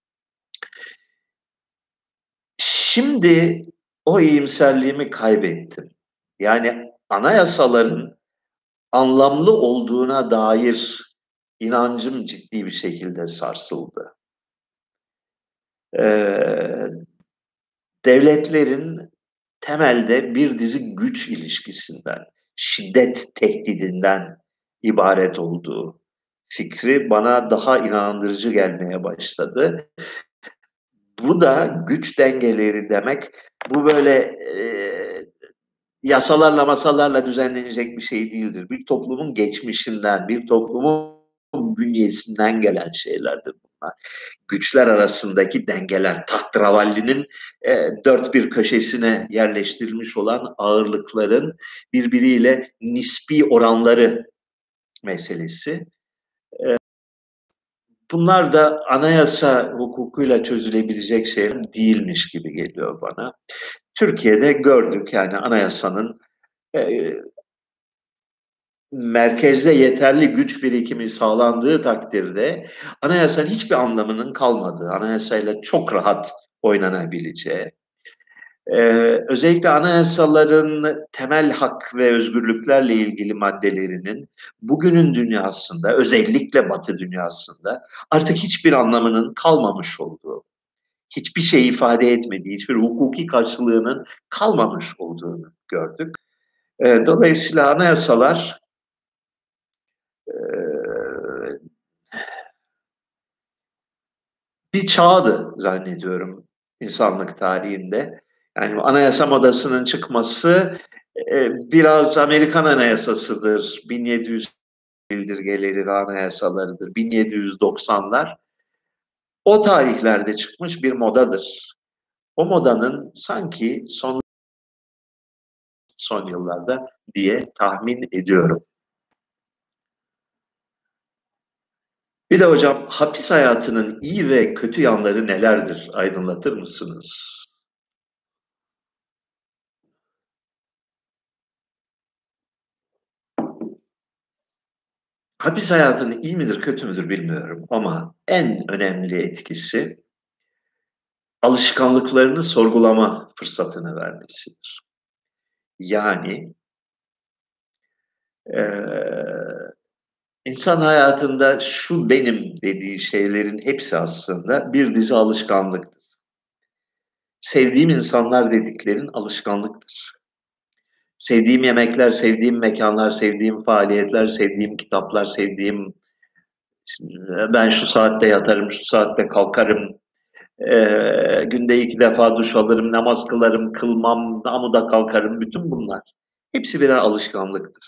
Şimdi o iyimserliğimi kaybettim. Yani anayasaların anlamlı olduğuna dair inancım ciddi bir şekilde sarsıldı. Ee, devletlerin temelde bir dizi güç ilişkisinden, şiddet tehdidinden ibaret olduğu fikri bana daha inandırıcı gelmeye başladı. Bu da güç dengeleri demek, bu böyle e, yasalarla masalarla düzenlenecek bir şey değildir. Bir toplumun geçmişinden, bir toplumun bünyesinden gelen şeylerdir bunlar. Güçler arasındaki dengeler, tahtravalli'nin e, dört bir köşesine yerleştirilmiş olan ağırlıkların birbiriyle nispi oranları meselesi. E, bunlar da anayasa hukukuyla çözülebilecek şeyler değilmiş gibi geliyor bana. Türkiye'de gördük yani anayasanın e, merkezde yeterli güç birikimi sağlandığı takdirde anayasanın hiçbir anlamının kalmadığı, anayasayla çok rahat oynanabileceği, ee, özellikle anayasaların temel hak ve özgürlüklerle ilgili maddelerinin bugünün dünyasında, özellikle Batı dünyasında artık hiçbir anlamının kalmamış olduğu, hiçbir şey ifade etmediği, hiçbir hukuki karşılığının kalmamış olduğunu gördük. Ee, dolayısıyla anayasalar e, bir çağdı zannediyorum insanlık tarihinde. Yani anayasa modasının çıkması e, biraz Amerikan anayasasıdır. bin yedi yüz bildirgeleri ve anayasalarıdır. bin yedi yüz doksanlar. O tarihlerde çıkmış bir modadır. O modanın sanki son son yıllarda diye tahmin ediyorum. Bir de hocam hapis hayatının iyi ve kötü yanları nelerdir? Aydınlatır mısınız? Hapis hayatının iyi midir, kötü müdür bilmiyorum ama en önemli etkisi alışkanlıklarını sorgulama fırsatını vermesidir. Yani eee, insan hayatında şu benim dediği şeylerin hepsi aslında bir dizi alışkanlıktır. Sevdiğim insanlar dediklerin alışkanlıktır. Sevdiğim yemekler, sevdiğim mekanlar, sevdiğim faaliyetler, sevdiğim kitaplar, sevdiğim ben şu saatte yatarım, şu saatte kalkarım, Ee, günde iki defa duş alırım, namaz kılarım, kılmam, amuda kalkarım. Bütün bunlar. Hepsi birer alışkanlıktır.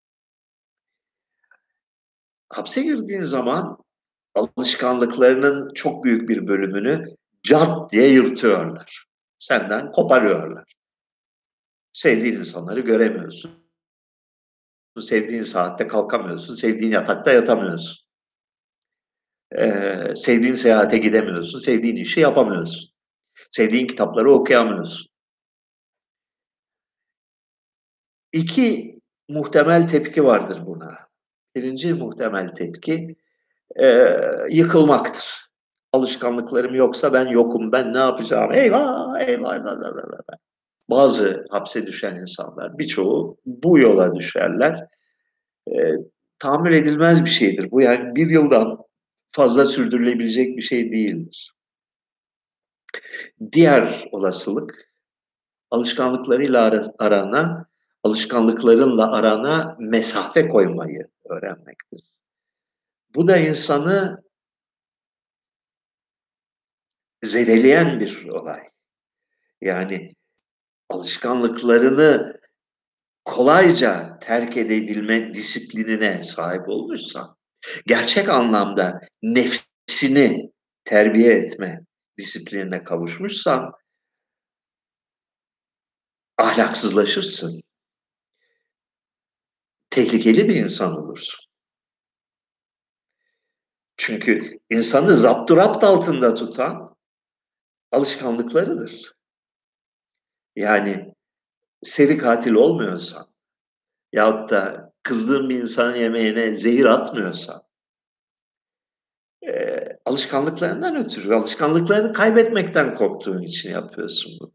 Hapse girdiğin zaman alışkanlıklarının çok büyük bir bölümünü cart diye yırtıyorlar. Senden koparıyorlar. Sevdiğin insanları göremiyorsun. Sevdiğin saatte kalkamıyorsun. Sevdiğin yatakta yatamıyorsun. Ee, sevdiğin seyahate gidemiyorsun. Sevdiğin işi yapamıyorsun. Sevdiğin kitapları okuyamıyorsun. İki muhtemel tepki vardır buna. Birinci muhtemel tepki e, yıkılmaktır. Alışkanlıklarım yoksa ben yokum, ben ne yapacağım? Eyvah, eyvah, eyvah, eyvah, eyvah. Bazı hapse düşen insanlar, birçoğu bu yola düşerler. E, tahammül edilmez bir şeydir. Bu yani bir yıldan fazla sürdürülebilecek bir şey değildir. Diğer olasılık alışkanlıklarıyla arana, alışkanlıklarınla arana mesafe koymayı öğrenmektir. Bu da insanı zedeleyen bir olay. Yani alışkanlıklarını kolayca terk edebilme disiplinine sahip olmuşsan, gerçek anlamda nefsini terbiye etme disiplinine kavuşmuşsan, ahlaksızlaşırsın. Tehlikeli bir insan olursun. Çünkü insanı zapturapt altında tutan alışkanlıklarıdır. Yani seri katil olmuyorsan yahut da kızdığın bir insanın yemeğine zehir atmıyorsan e, alışkanlıklarından ötürü, alışkanlıklarını kaybetmekten korktuğun için yapıyorsun bunu.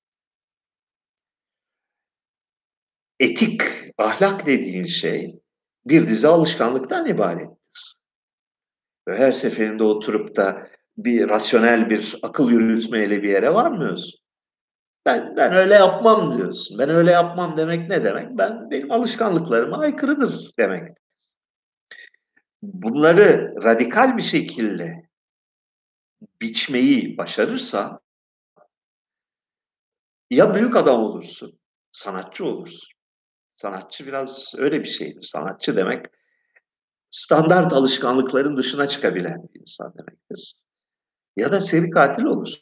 Etik, ahlak dediğin şey bir dizi alışkanlıktan ibarettir. Ve her seferinde oturup da bir rasyonel bir akıl yürütmeyle bir yere varmıyorsun. Ben ben öyle yapmam diyorsun. Ben öyle yapmam demek ne demek? Ben benim alışkanlıklarıma aykırıdır demek. Bunları radikal bir şekilde biçmeyi başarırsan ya büyük adam olursun, sanatçı olursun. Sanatçı biraz öyle bir şeydir. Sanatçı demek standart alışkanlıkların dışına çıkabilen bir insan demektir. Ya da seri katil olursun.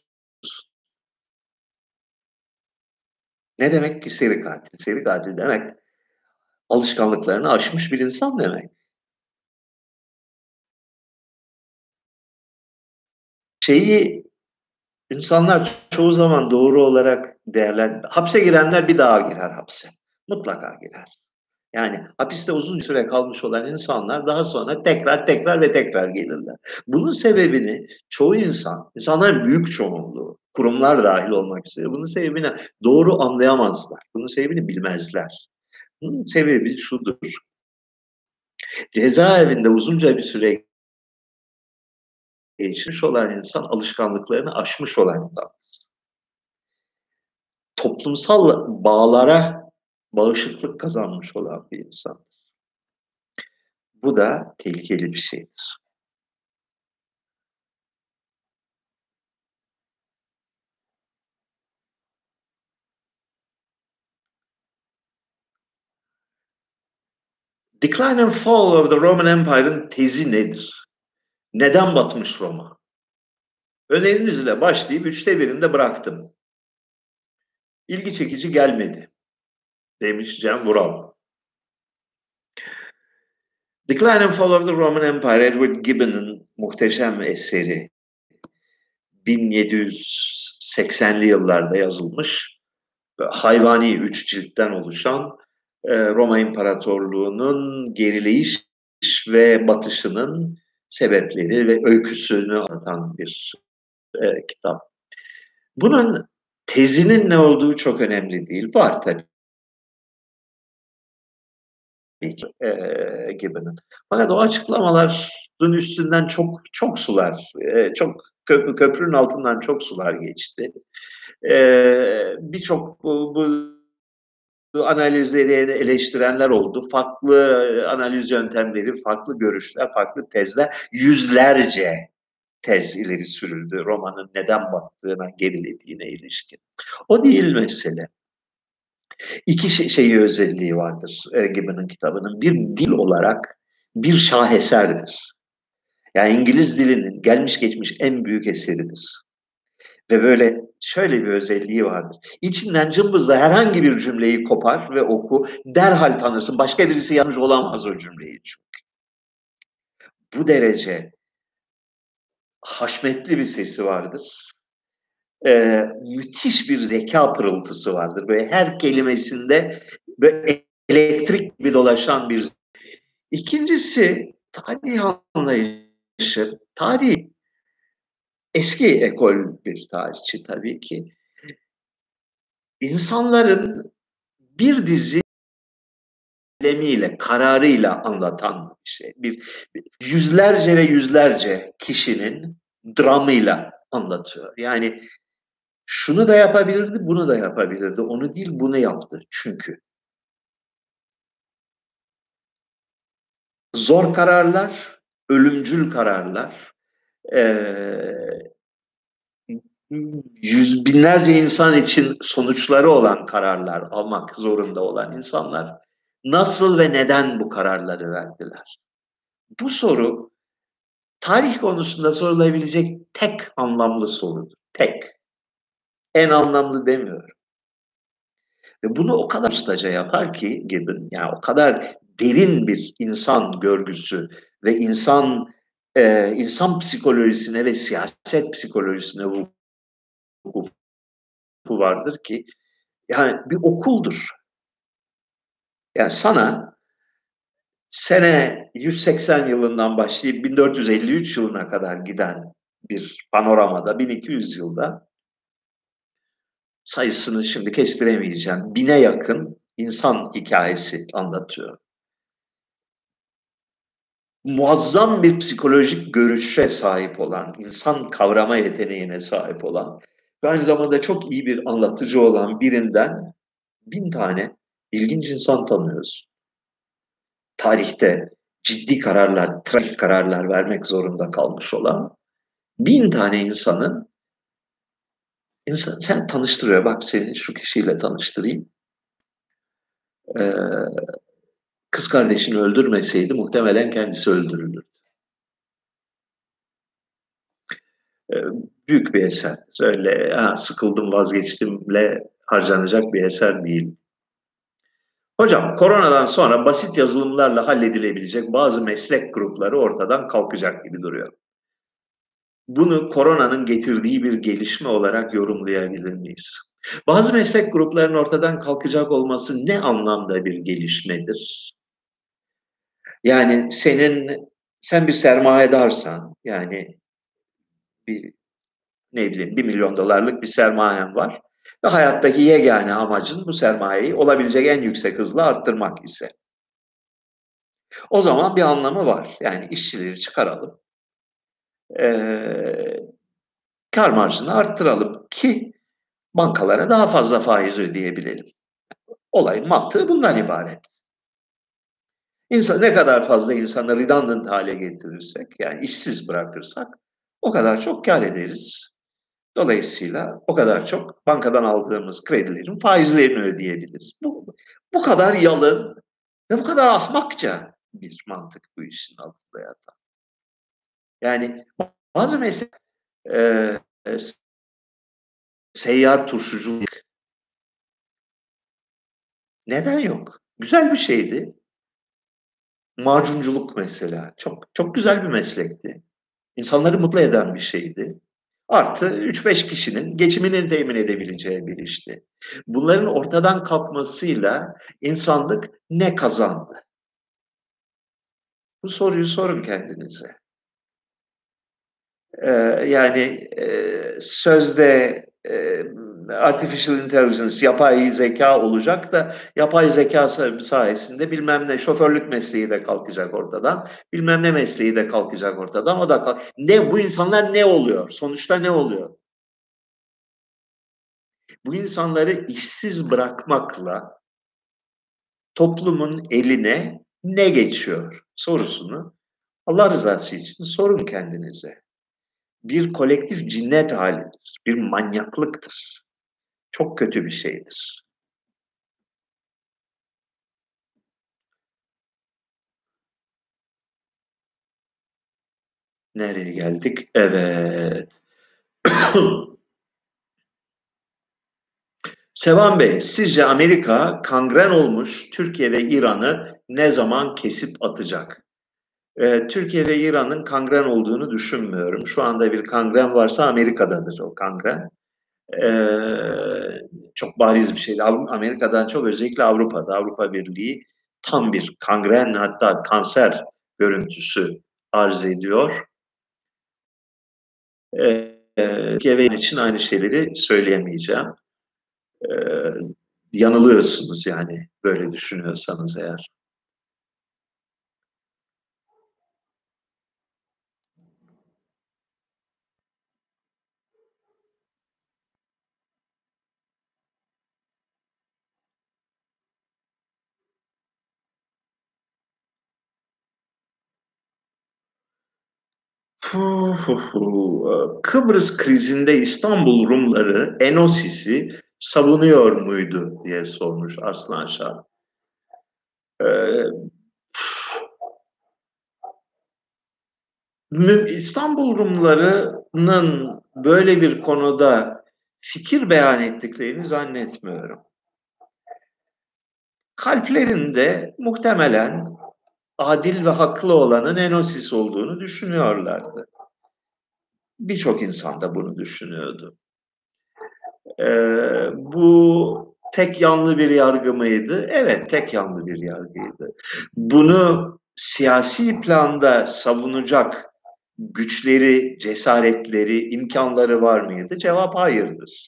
Ne demek ki seri katil? Seri katil demek alışkanlıklarını aşmış bir insan demek. Şeyi insanlar çoğu zaman doğru olarak değerlen hapse girenler bir daha girer hapse. Mutlaka girer. Yani hapiste uzun süre kalmış olan insanlar daha sonra tekrar tekrar ve tekrar gelirler. Bunun sebebini çoğu insan, insanların büyük çoğunluğu, kurumlar dahil olmak üzere bunun sebebini doğru anlayamazlar. Bunun sebebini bilmezler. Bunun sebebi şudur. Cezaevinde uzunca bir süre geçmiş olan insan alışkanlıklarını aşmış olan insan. Toplumsal bağlara bağışıklık kazanmış olan bir insan. Bu da tehlikeli bir şeydir. Decline and Fall of the Roman Empire'ın tezi nedir? Neden batmış Roma? Önerinizle başlayıp üçte birinde bıraktım. İlgi çekici gelmedi, demiş Cem Vural. Decline and Fall of the Roman Empire, Edward Gibbon'ın muhteşem eseri. bin yedi yüz seksenli yıllarda yazılmış, hayvani üç ciltten oluşan Roma İmparatorluğu'nun gerileyiş ve batışının sebepleri ve öyküsünü anlatan bir e, kitap. Bunun tezinin ne olduğu çok önemli değil. Var tabii ki e, Gibbon'ın. Fakat o açıklamaların üstünden çok çok sular, e, çok köprü, köprünün altından çok sular geçti. E, Birçok bu, bu Bu analizleri eleştirenler oldu. Farklı analiz yöntemleri, farklı görüşler, farklı tezler, yüzlerce tez ileri sürüldü romanın neden battığına, gerilediğine ilişkin. O değil mesele. İki şey, şeyi özelliği vardır e, Gibbon'ın kitabının. Bir, dil olarak bir şaheserdir. Yani İngiliz dilinin gelmiş geçmiş en büyük eseridir. Ve böyle şöyle bir özelliği vardır. İçinden cımbızla herhangi bir cümleyi kopar ve oku, derhal tanırsın. Başka birisi yanlış olamaz o cümleyi çünkü. Bu derece haşmetli bir sesi vardır. Ee, müthiş bir zeka pırıltısı vardır. Böyle her kelimesinde böyle elektrik gibi dolaşan bir. İkincisi tarih anlayışı. Tarih eski ekol bir tarihçi tabii ki. İnsanların bir dizi eylemiyle, kararıyla anlatan bir şey. Bir, bir yüzlerce ve yüzlerce kişinin dramıyla anlatıyor. Yani şunu da yapabilirdi, bunu da yapabilirdi. Onu değil, bunu yaptı. Çünkü zor kararlar, ölümcül kararlar, ee, yüz binlerce insan için sonuçları olan kararlar almak zorunda olan insanlar nasıl ve neden bu kararları verdiler? Bu soru tarih konusunda sorulabilecek tek anlamlı sorudur. Tek. En anlamlı demiyorum. Ve bunu o kadar ustaca yapar ki Gibbon, yani o kadar derin bir insan görgüsü ve insan e, insan psikolojisine ve siyaset psikolojisine vukufu vardır ki yani bir okuldur. Yani sana sene yüz seksen yılından başlayıp bin dört yüz elli üç yılına kadar giden bir panoramada bin iki yüz yılda sayısını şimdi kestiremeyeceğim. Bine yakın insan hikayesi anlatıyor. Muazzam bir psikolojik görüşe sahip olan, insan kavrama yeteneğine sahip olan ve aynı zamanda çok iyi bir anlatıcı olan birinden bin tane ilginç insan tanıyoruz. Tarihte ciddi kararlar, trajik kararlar vermek zorunda kalmış olan bin tane insanın insan, sen tanıştırıyor. Bak seni şu kişiyle tanıştırayım. Ee, kız kardeşini öldürmeseydi muhtemelen kendisi öldürülürdü. Ee, büyük bir eser. Öyle ha, sıkıldım vazgeçtimle harcanacak bir eser değil. Hocam koronadan sonra basit yazılımlarla halledilebilecek bazı meslek grupları ortadan kalkacak gibi duruyor. Bunu koronanın getirdiği bir gelişme olarak yorumlayabilir miyiz? Bazı meslek gruplarının ortadan kalkacak olması ne anlamda bir gelişmedir? Yani senin, sen bir sermayedarsan, yani bir ne bileyim bir milyon dolarlık bir sermayen var ve hayattaki yegane amacın bu sermayeyi olabilecek en yüksek hızla arttırmak ise. O zaman bir anlamı var. Yani işçileri çıkaralım, ee, kar marjını arttıralım ki bankalara daha fazla faiz ödeyebilelim. Olayın mantığı bundan ibaret. İnsan, ne kadar fazla insanı redundant hale getirirsek, yani işsiz bırakırsak o kadar çok kar ederiz. Dolayısıyla o kadar çok bankadan aldığımız kredilerin faizlerini ödeyebiliriz. Bu, bu kadar yalın ve bu kadar ahmakça bir mantık bu işin altında yatan. Yani bazı meslek e, e, seyyar turşuculuk neden yok? Güzel bir şeydi. Macunculuk mesela. Çok çok güzel bir meslekti. İnsanları mutlu eden bir şeydi. Artı üç beş kişinin geçimini temin edebileceği bir işti. Bunların ortadan kalkmasıyla insanlık ne kazandı? Bu soruyu sorun kendinize. Ee, yani e, sözde e, artificial intelligence, yapay zeka olacak da yapay zeka sayesinde bilmem ne şoförlük mesleği de kalkacak ortadan. Bilmem ne mesleği de kalkacak ortadan. O da kalk ne bu insanlar ne oluyor? Sonuçta ne oluyor? Bu insanları işsiz bırakmakla toplumun eline ne geçiyor sorusunu Allah rızası için sorun kendinize. Bir kolektif cinnet halidir, bir manyaklıktır. Çok kötü bir şeydir. Nereye geldik? Evet. Sevan Bey, sizce Amerika kangren olmuş Türkiye ve İran'ı ne zaman kesip atacak? Ee, Türkiye ve İran'ın kangren olduğunu düşünmüyorum. Şu anda bir kangren varsa Amerika'dadır o kangren. Ee, çok bariz bir şeydi. Amerika'dan çok özellikle Avrupa'da, Avrupa Birliği tam bir kangren hatta kanser görüntüsü arz ediyor. Ee, Türkiye için aynı şeyleri söyleyemeyeceğim. Ee, yanılıyorsunuz yani böyle düşünüyorsanız eğer. Kıbrıs krizinde İstanbul Rumları Enosis'i savunuyor muydu diye sormuş Arslan Şah. Ee, İstanbul Rumları'nın böyle bir konuda fikir beyan ettiklerini zannetmiyorum. Kalplerinde muhtemelen adil ve haklı olanın Enosis olduğunu düşünüyorlardı. Birçok insan da bunu düşünüyordu. Ee, bu tek yanlı bir yargı mıydı? Evet, tek yanlı bir yargıydı. Bunu siyasi planda savunacak güçleri, cesaretleri, imkanları var mıydı? Cevap hayırdır.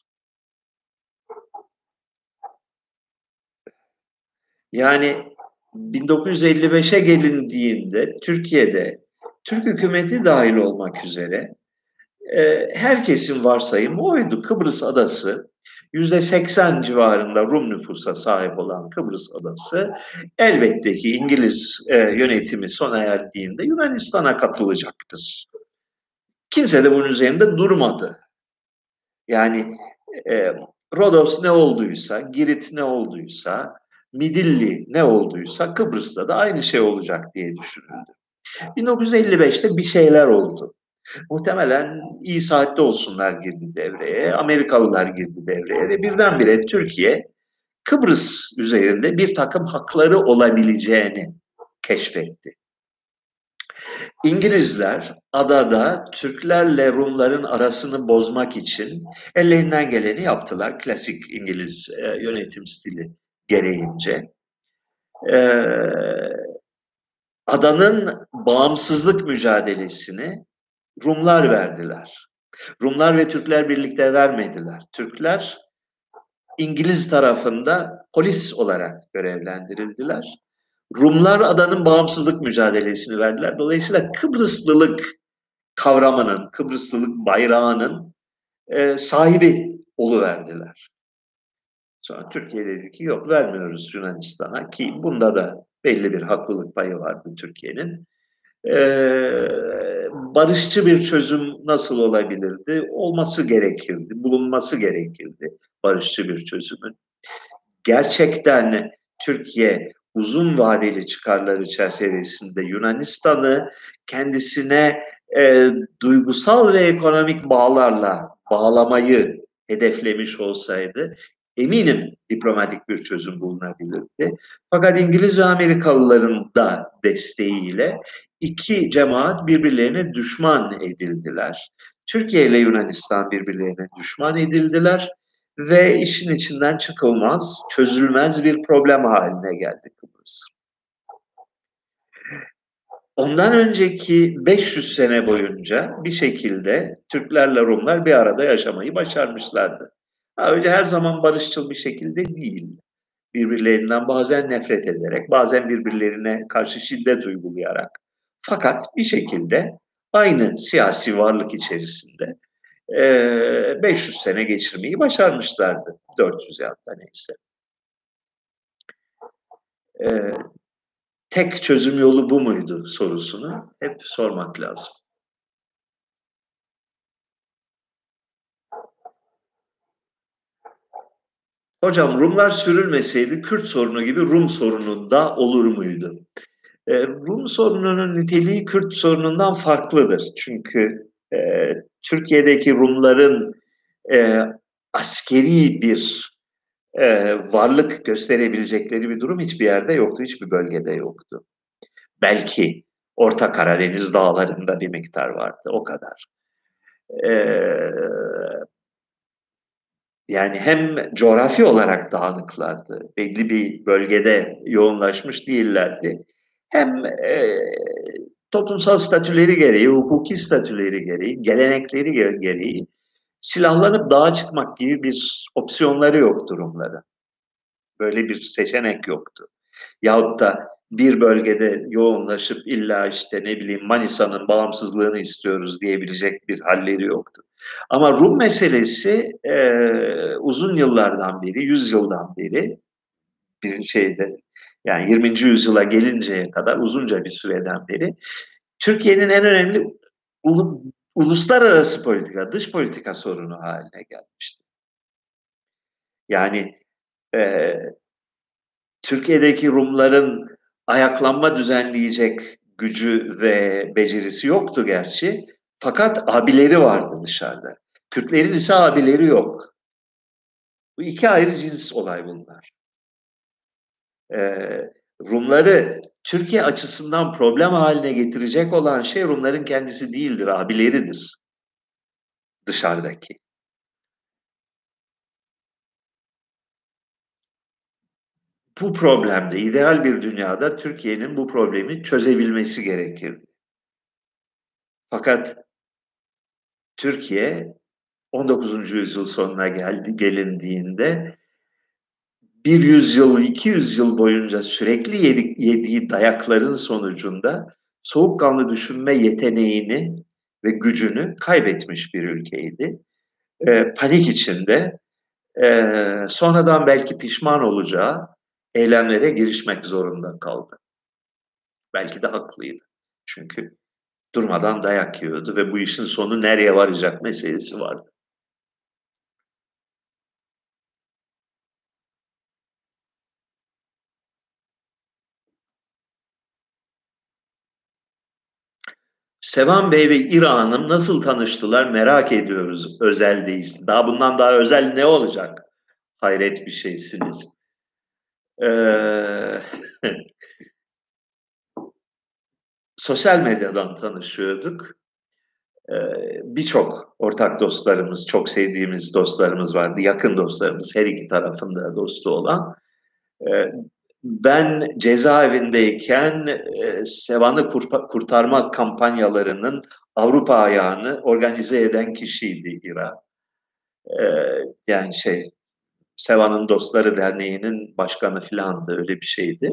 Yani bin dokuz yüz elli beşe gelindiğinde Türkiye'de Türk hükümeti dahil olmak üzere e, herkesin varsayımı oydu. Kıbrıs adası yüzde seksen civarında Rum nüfusa sahip olan Kıbrıs adası elbette ki İngiliz e, yönetimi sona erdiğinde Yunanistan'a katılacaktır. Kimse de bunun üzerinde durmadı. Yani e, Rodos ne olduysa, Girit ne olduysa, Midilli ne olduysa Kıbrıs'ta da aynı şey olacak diye düşünüldü. bin dokuz yüz elli beşte bir şeyler oldu. Muhtemelen iyi saatte olsunlar girdi devreye, Amerikalılar girdi devreye ve birdenbire Türkiye Kıbrıs üzerinde bir takım hakları olabileceğini keşfetti. İngilizler adada Türklerle Rumların arasını bozmak için ellerinden geleni yaptılar. Klasik İngiliz e, yönetim stili gereğince. E, adanın bağımsızlık mücadelesini Rumlar verdiler. Rumlar ve Türkler birlikte vermediler. Türkler İngiliz tarafında polis olarak görevlendirildiler. Rumlar adanın bağımsızlık mücadelesini verdiler. Dolayısıyla Kıbrıslılık kavramının, Kıbrıslılık bayrağının e, sahibi oluverdiler. Sonra Türkiye dedi ki yok vermiyoruz Yunanistan'a ki bunda da belli bir haklılık payı vardı Türkiye'nin. Ee, barışçı bir çözüm nasıl olabilirdi? Olması gerekirdi, bulunması gerekirdi barışçı bir çözümün. Gerçekten Türkiye uzun vadeli çıkarları çerçevesinde Yunanistan'ı kendisine e, duygusal ve ekonomik bağlarla bağlamayı hedeflemiş olsaydı eminim diplomatik bir çözüm bulunabilirdi. Fakat İngiliz ve Amerikalıların da desteğiyle iki cemaat birbirlerine düşman edildiler. Türkiye ile Yunanistan birbirlerine düşman edildiler ve işin içinden çıkılmaz, çözülmez bir problem haline geldi Kıbrıs. Ondan önceki beş yüz sene boyunca bir şekilde Türklerle Rumlar bir arada yaşamayı başarmışlardı. Ha, öyle her zaman barışçıl bir şekilde değil. Birbirlerinden bazen nefret ederek, bazen birbirlerine karşı şiddet uygulayarak. Fakat bir şekilde aynı siyasi varlık içerisinde beş yüz sene geçirmeyi başarmışlardı. dört yüz hatta neyse. E, tek çözüm yolu bu muydu sorusunu hep sormak lazım. Hocam Rumlar sürülmeseydi Kürt sorunu gibi Rum sorunu da olur muydu? E, Rum sorununun niteliği Kürt sorunundan farklıdır. Çünkü e, Türkiye'deki Rumların e, askeri bir e, varlık gösterebilecekleri bir durum hiçbir yerde yoktu, hiçbir bölgede yoktu. Belki Orta Karadeniz dağlarında bir miktar vardı, o kadar. Ee, yani hem coğrafi olarak dağınıklardı, belli bir bölgede yoğunlaşmış değillerdi. Hem e, toplumsal statüleri gereği, hukuki statüleri gereği, gelenekleri gereği silahlanıp dağa çıkmak gibi bir opsiyonları yoktu Rumların. Böyle bir seçenek yoktu. Yahut da bir bölgede yoğunlaşıp illa işte ne bileyim Manisa'nın bağımsızlığını istiyoruz diyebilecek bir halleri yoktu. Ama Rum meselesi e, uzun yıllardan beri, yüz yıldan beri bir şeyde yani yirminci yüzyıla gelinceye kadar uzunca bir süreden beri Türkiye'nin en önemli ulu, uluslararası politika, dış politika sorunu haline gelmişti. Yani e, Türkiye'deki Rumların ayaklanma düzenleyecek gücü ve becerisi yoktu gerçi. Fakat abileri vardı dışarıda. Kürtlerin ise abileri yok. Bu iki ayrı cins olay bunlar. Ee, Rumları Türkiye açısından problem haline getirecek olan şey Rumların kendisi değildir, abileridir dışarıdaki. Bu problemde, ideal bir dünyada Türkiye'nin bu problemi çözebilmesi gerekirdi. Fakat Türkiye on dokuzuncu yüzyıl sonuna geldi, gelindiğinde bir yüzyıl, iki yüz yıl boyunca sürekli yedik, yediği dayakların sonucunda soğukkanlı düşünme yeteneğini ve gücünü kaybetmiş bir ülkeydi. E, panik içinde e, sonradan belki pişman olacağı eylemlere girişmek zorunda kaldı. Belki de haklıydı. Çünkü durmadan dayak yiyordu ve bu işin sonu nereye varacak meselesi vardı. Sevan Bey ve İra Hanım nasıl tanıştılar merak ediyoruz, özel değilsin. Daha bundan daha özel ne olacak? Hayret bir şeysiniz. Ee, sosyal medyadan tanışıyorduk. Ee, Birçok ortak dostlarımız, çok sevdiğimiz dostlarımız vardı. Yakın dostlarımız, her iki tarafında dostu olan. Ee, Ben cezaevindeyken e, Sevan'ı kurtarma kampanyalarının Avrupa ayağını organize eden kişiydi İra. Ee, yani şey, Sevan'ın Dostları Derneği'nin başkanı filandı, öyle bir şeydi.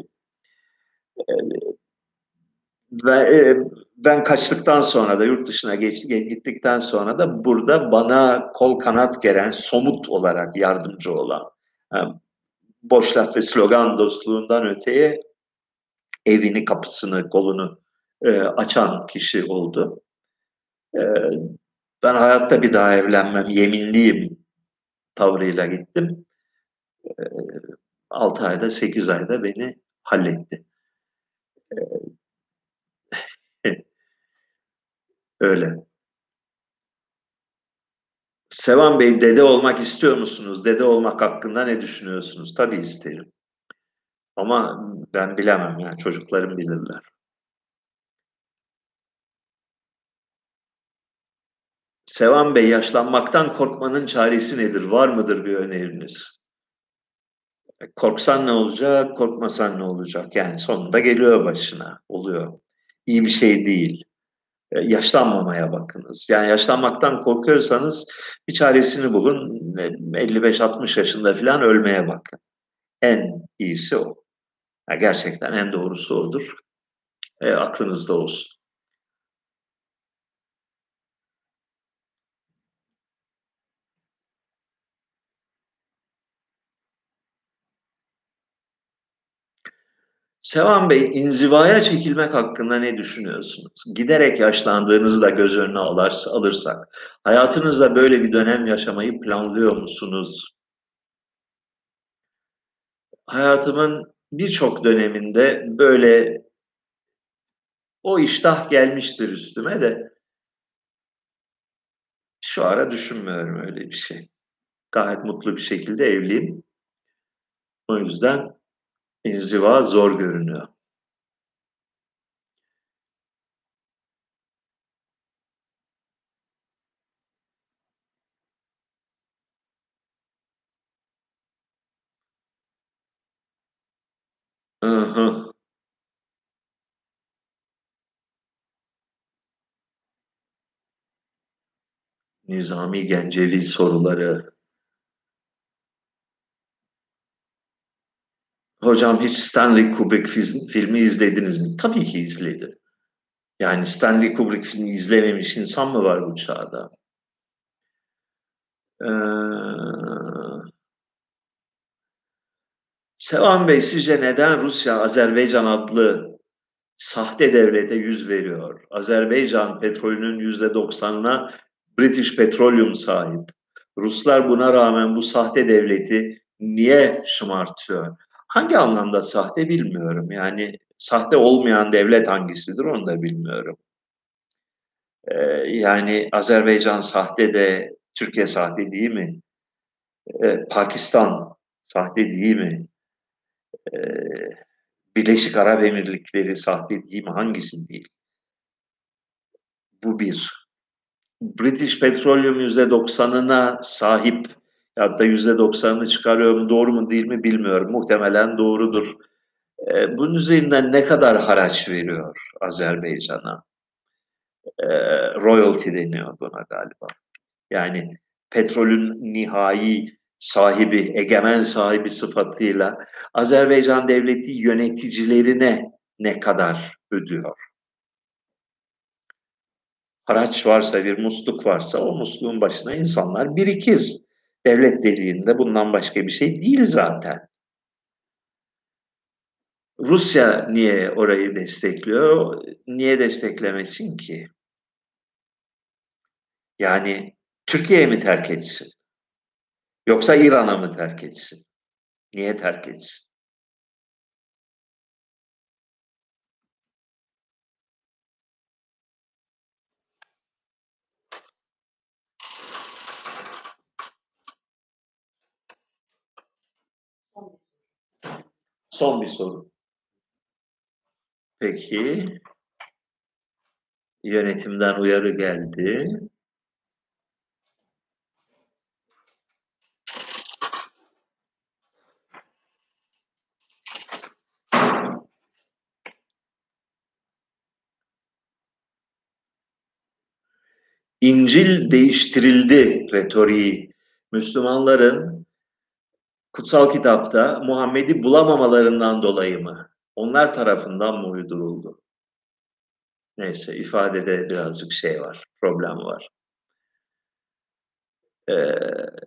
Ve e, ben kaçtıktan sonra da yurt dışına geç, gittikten sonra da burada bana kol kanat geren, somut olarak yardımcı olan, yani boş laf ve slogan dostluğundan öteye evini, kapısını, kolunu e, açan kişi oldu. E, Ben hayatta bir daha evlenmem, yeminliyim tavrıyla gittim. E, altı ayda, sekiz ayda beni halletti. Öyle. Sevan Bey, dede olmak istiyor musunuz? Dede olmak hakkında ne düşünüyorsunuz? Tabii isterim. Ama ben bilemem, yani çocuklarım bilirler. Sevan Bey, yaşlanmaktan korkmanın çaresi nedir? Var mıdır bir öneriniz? E, Korksan ne olacak, korkmasan ne olacak? Yani sonunda geliyor başına, oluyor. İyi bir şey değil. E, Yaşlanmamaya bakınız. Yani yaşlanmaktan korkuyorsanız bir çaresini bulun. E, elli beş altmış yaşında falan ölmeye bakın. En iyisi o. Ya gerçekten en doğrusu odur. E, aklınızda olsun. Sevan Bey, inzivaya çekilmek hakkında ne düşünüyorsunuz? Giderek yaşlandığınızı da göz önüne alarsa, alırsak, hayatınızda böyle bir dönem yaşamayı planlıyor musunuz? Hayatımın birçok döneminde böyle o iştah gelmiştir üstüme de şu ara düşünmüyorum öyle bir şey. Gayet mutlu bir şekilde evliyim. O yüzden inziva zor görünüyor. Hı hı. Nizami Gencevi soruları. Hocam, hiç Stanley Kubrick fiz- filmi izlediniz mi? Tabii ki izledim. Yani Stanley Kubrick filmi izlememiş insan mı var bu çağda? Ee, Sevan Bey, sizce neden Rusya Azerbaycan adlı sahte devlete yüz veriyor? Azerbaycan petrolünün yüzde doksanına British Petroleum sahip. Ruslar buna rağmen bu sahte devleti niye şımartıyor? Hangi anlamda sahte bilmiyorum. Yani sahte olmayan devlet hangisidir onu da bilmiyorum. Ee, yani Azerbaycan sahte de Türkiye sahte değil mi? Ee, Pakistan sahte değil mi? Ee, Birleşik Arap Emirlikleri sahte değil mi? Hangisi değil? Bu bir. British Petroleum yüzde doksanına sahip, ya da yüzde doksanını çıkarıyorum, doğru mu değil mi bilmiyorum. Muhtemelen doğrudur. E, bunun üzerinden ne kadar haraç veriyor Azerbaycan'a? E, royalty deniyor buna galiba. Yani petrolün nihai sahibi, egemen sahibi sıfatıyla Azerbaycan devleti yöneticilerine ne kadar ödüyor? Haraç varsa, bir musluk varsa o musluğun başına insanlar birikir. Devlet dediğinde bundan başka bir şey değil zaten. Rusya niye orayı destekliyor? Niye desteklemesin ki? Yani Türkiye'ye mi terk etsin? Yoksa İran'a mı terk etsin? Niye terk etsin? Son bir soru. Peki, yönetimden uyarı geldi. İncil değiştirildi retoriği. Müslümanların kutsal kitapta Muhammed'i bulamamalarından dolayı mı? Onlar tarafından mı uyduruldu? Neyse, ifadede birazcık şey var, problem var. Ee,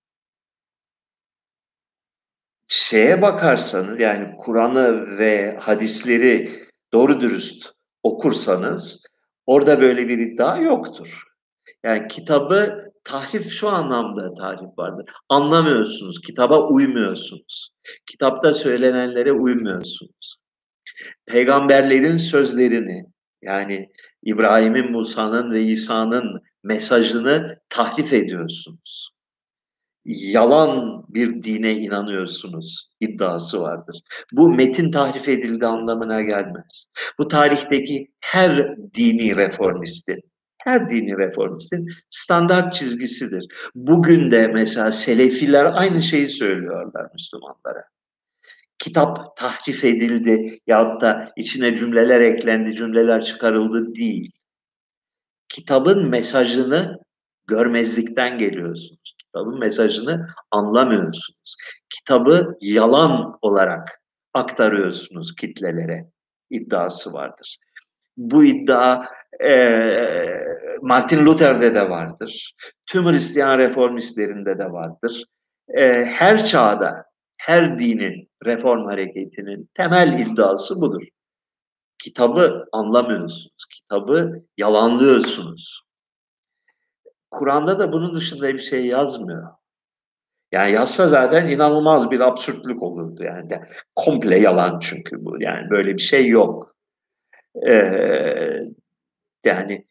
şeye bakarsanız, yani Kur'an'ı ve hadisleri doğru dürüst okursanız orada böyle bir iddia yoktur. Yani kitabı tahrif, şu anlamda tahrif vardır. Anlamıyorsunuz, kitaba uymuyorsunuz. Kitapta söylenenlere uymuyorsunuz. Peygamberlerin sözlerini, yani İbrahim'in, Musa'nın ve İsa'nın mesajını tahrif ediyorsunuz. Yalan bir dine inanıyorsunuz iddiası vardır. Bu metin tahrif edildi anlamına gelmez. Bu tarihteki her dini reformistin, her dini reformistin standart çizgisidir. Bugün de mesela Selefiler aynı şeyi söylüyorlar Müslümanlara. Kitap tahrif edildi yahut da içine cümleler eklendi, cümleler çıkarıldı değil. Kitabın mesajını görmezlikten geliyorsunuz. Kitabın mesajını anlamıyorsunuz. Kitabı yalan olarak aktarıyorsunuz kitlelere iddiası vardır. Bu iddia e, Martin Luther'de de vardır. Tüm Hristiyan reformistlerinde de vardır. E, her çağda, her dinin, reform hareketinin temel iddiası budur. Kitabı anlamıyorsunuz, kitabı yalanlıyorsunuz. Kur'an'da da bunun dışında bir şey yazmıyor. Yani yazsa zaten inanılmaz bir absürtlük olurdu yani. De, komple yalan çünkü bu. Yani böyle bir şey yok. Ee, yani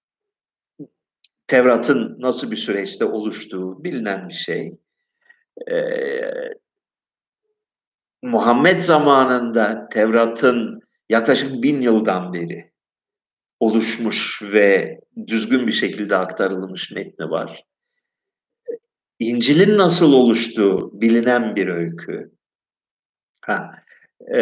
Tevrat'ın nasıl bir süreçte oluştuğu bilinen bir şey. Ee, Muhammed zamanında Tevrat'ın yaklaşık bin yıldan beri oluşmuş ve düzgün bir şekilde aktarılmış metni var. İncil'in nasıl oluştuğu bilinen bir öykü. Ha, e,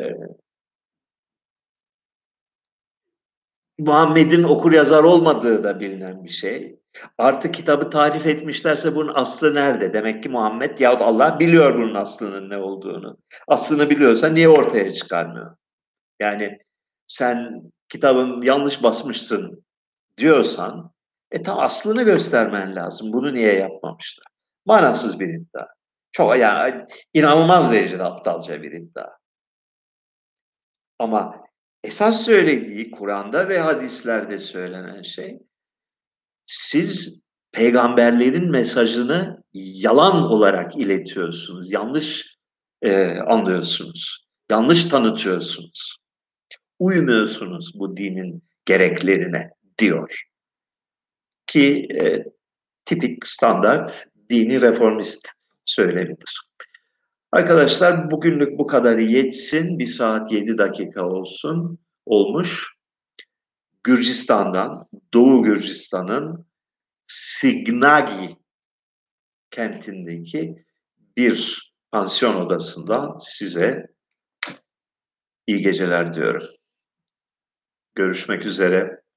Muhammed'in okur yazar olmadığı da bilinen bir şey. Artık kitabı tarif etmişlerse bunun aslı nerede? Demek ki Muhammed yahut Allah biliyor bunun aslının ne olduğunu. Aslını biliyorsa niye ortaya çıkarmıyor? Yani sen kitabın yanlış basmışsın diyorsan, e tam aslını göstermen lazım. Bunu niye yapmamışlar? Manasız bir iddia. Çok, yani inanılmaz derecede aptalca bir iddia. Ama esas söylediği Kur'an'da ve hadislerde söylenen şey, siz peygamberlerin mesajını yalan olarak iletiyorsunuz, yanlış e, anlıyorsunuz, yanlış tanıtıyorsunuz, uymuyorsunuz bu dinin gereklerine diyor. Ki e, tipik standart dini reformist söylemidir. Arkadaşlar bugünlük bu kadarı yetsin. Bir saat yedi dakika olsun. Olmuş. Gürcistan'dan, Doğu Gürcistan'ın Signagi kentindeki bir pansiyon odasından size iyi geceler diyorum. Görüşmek üzere.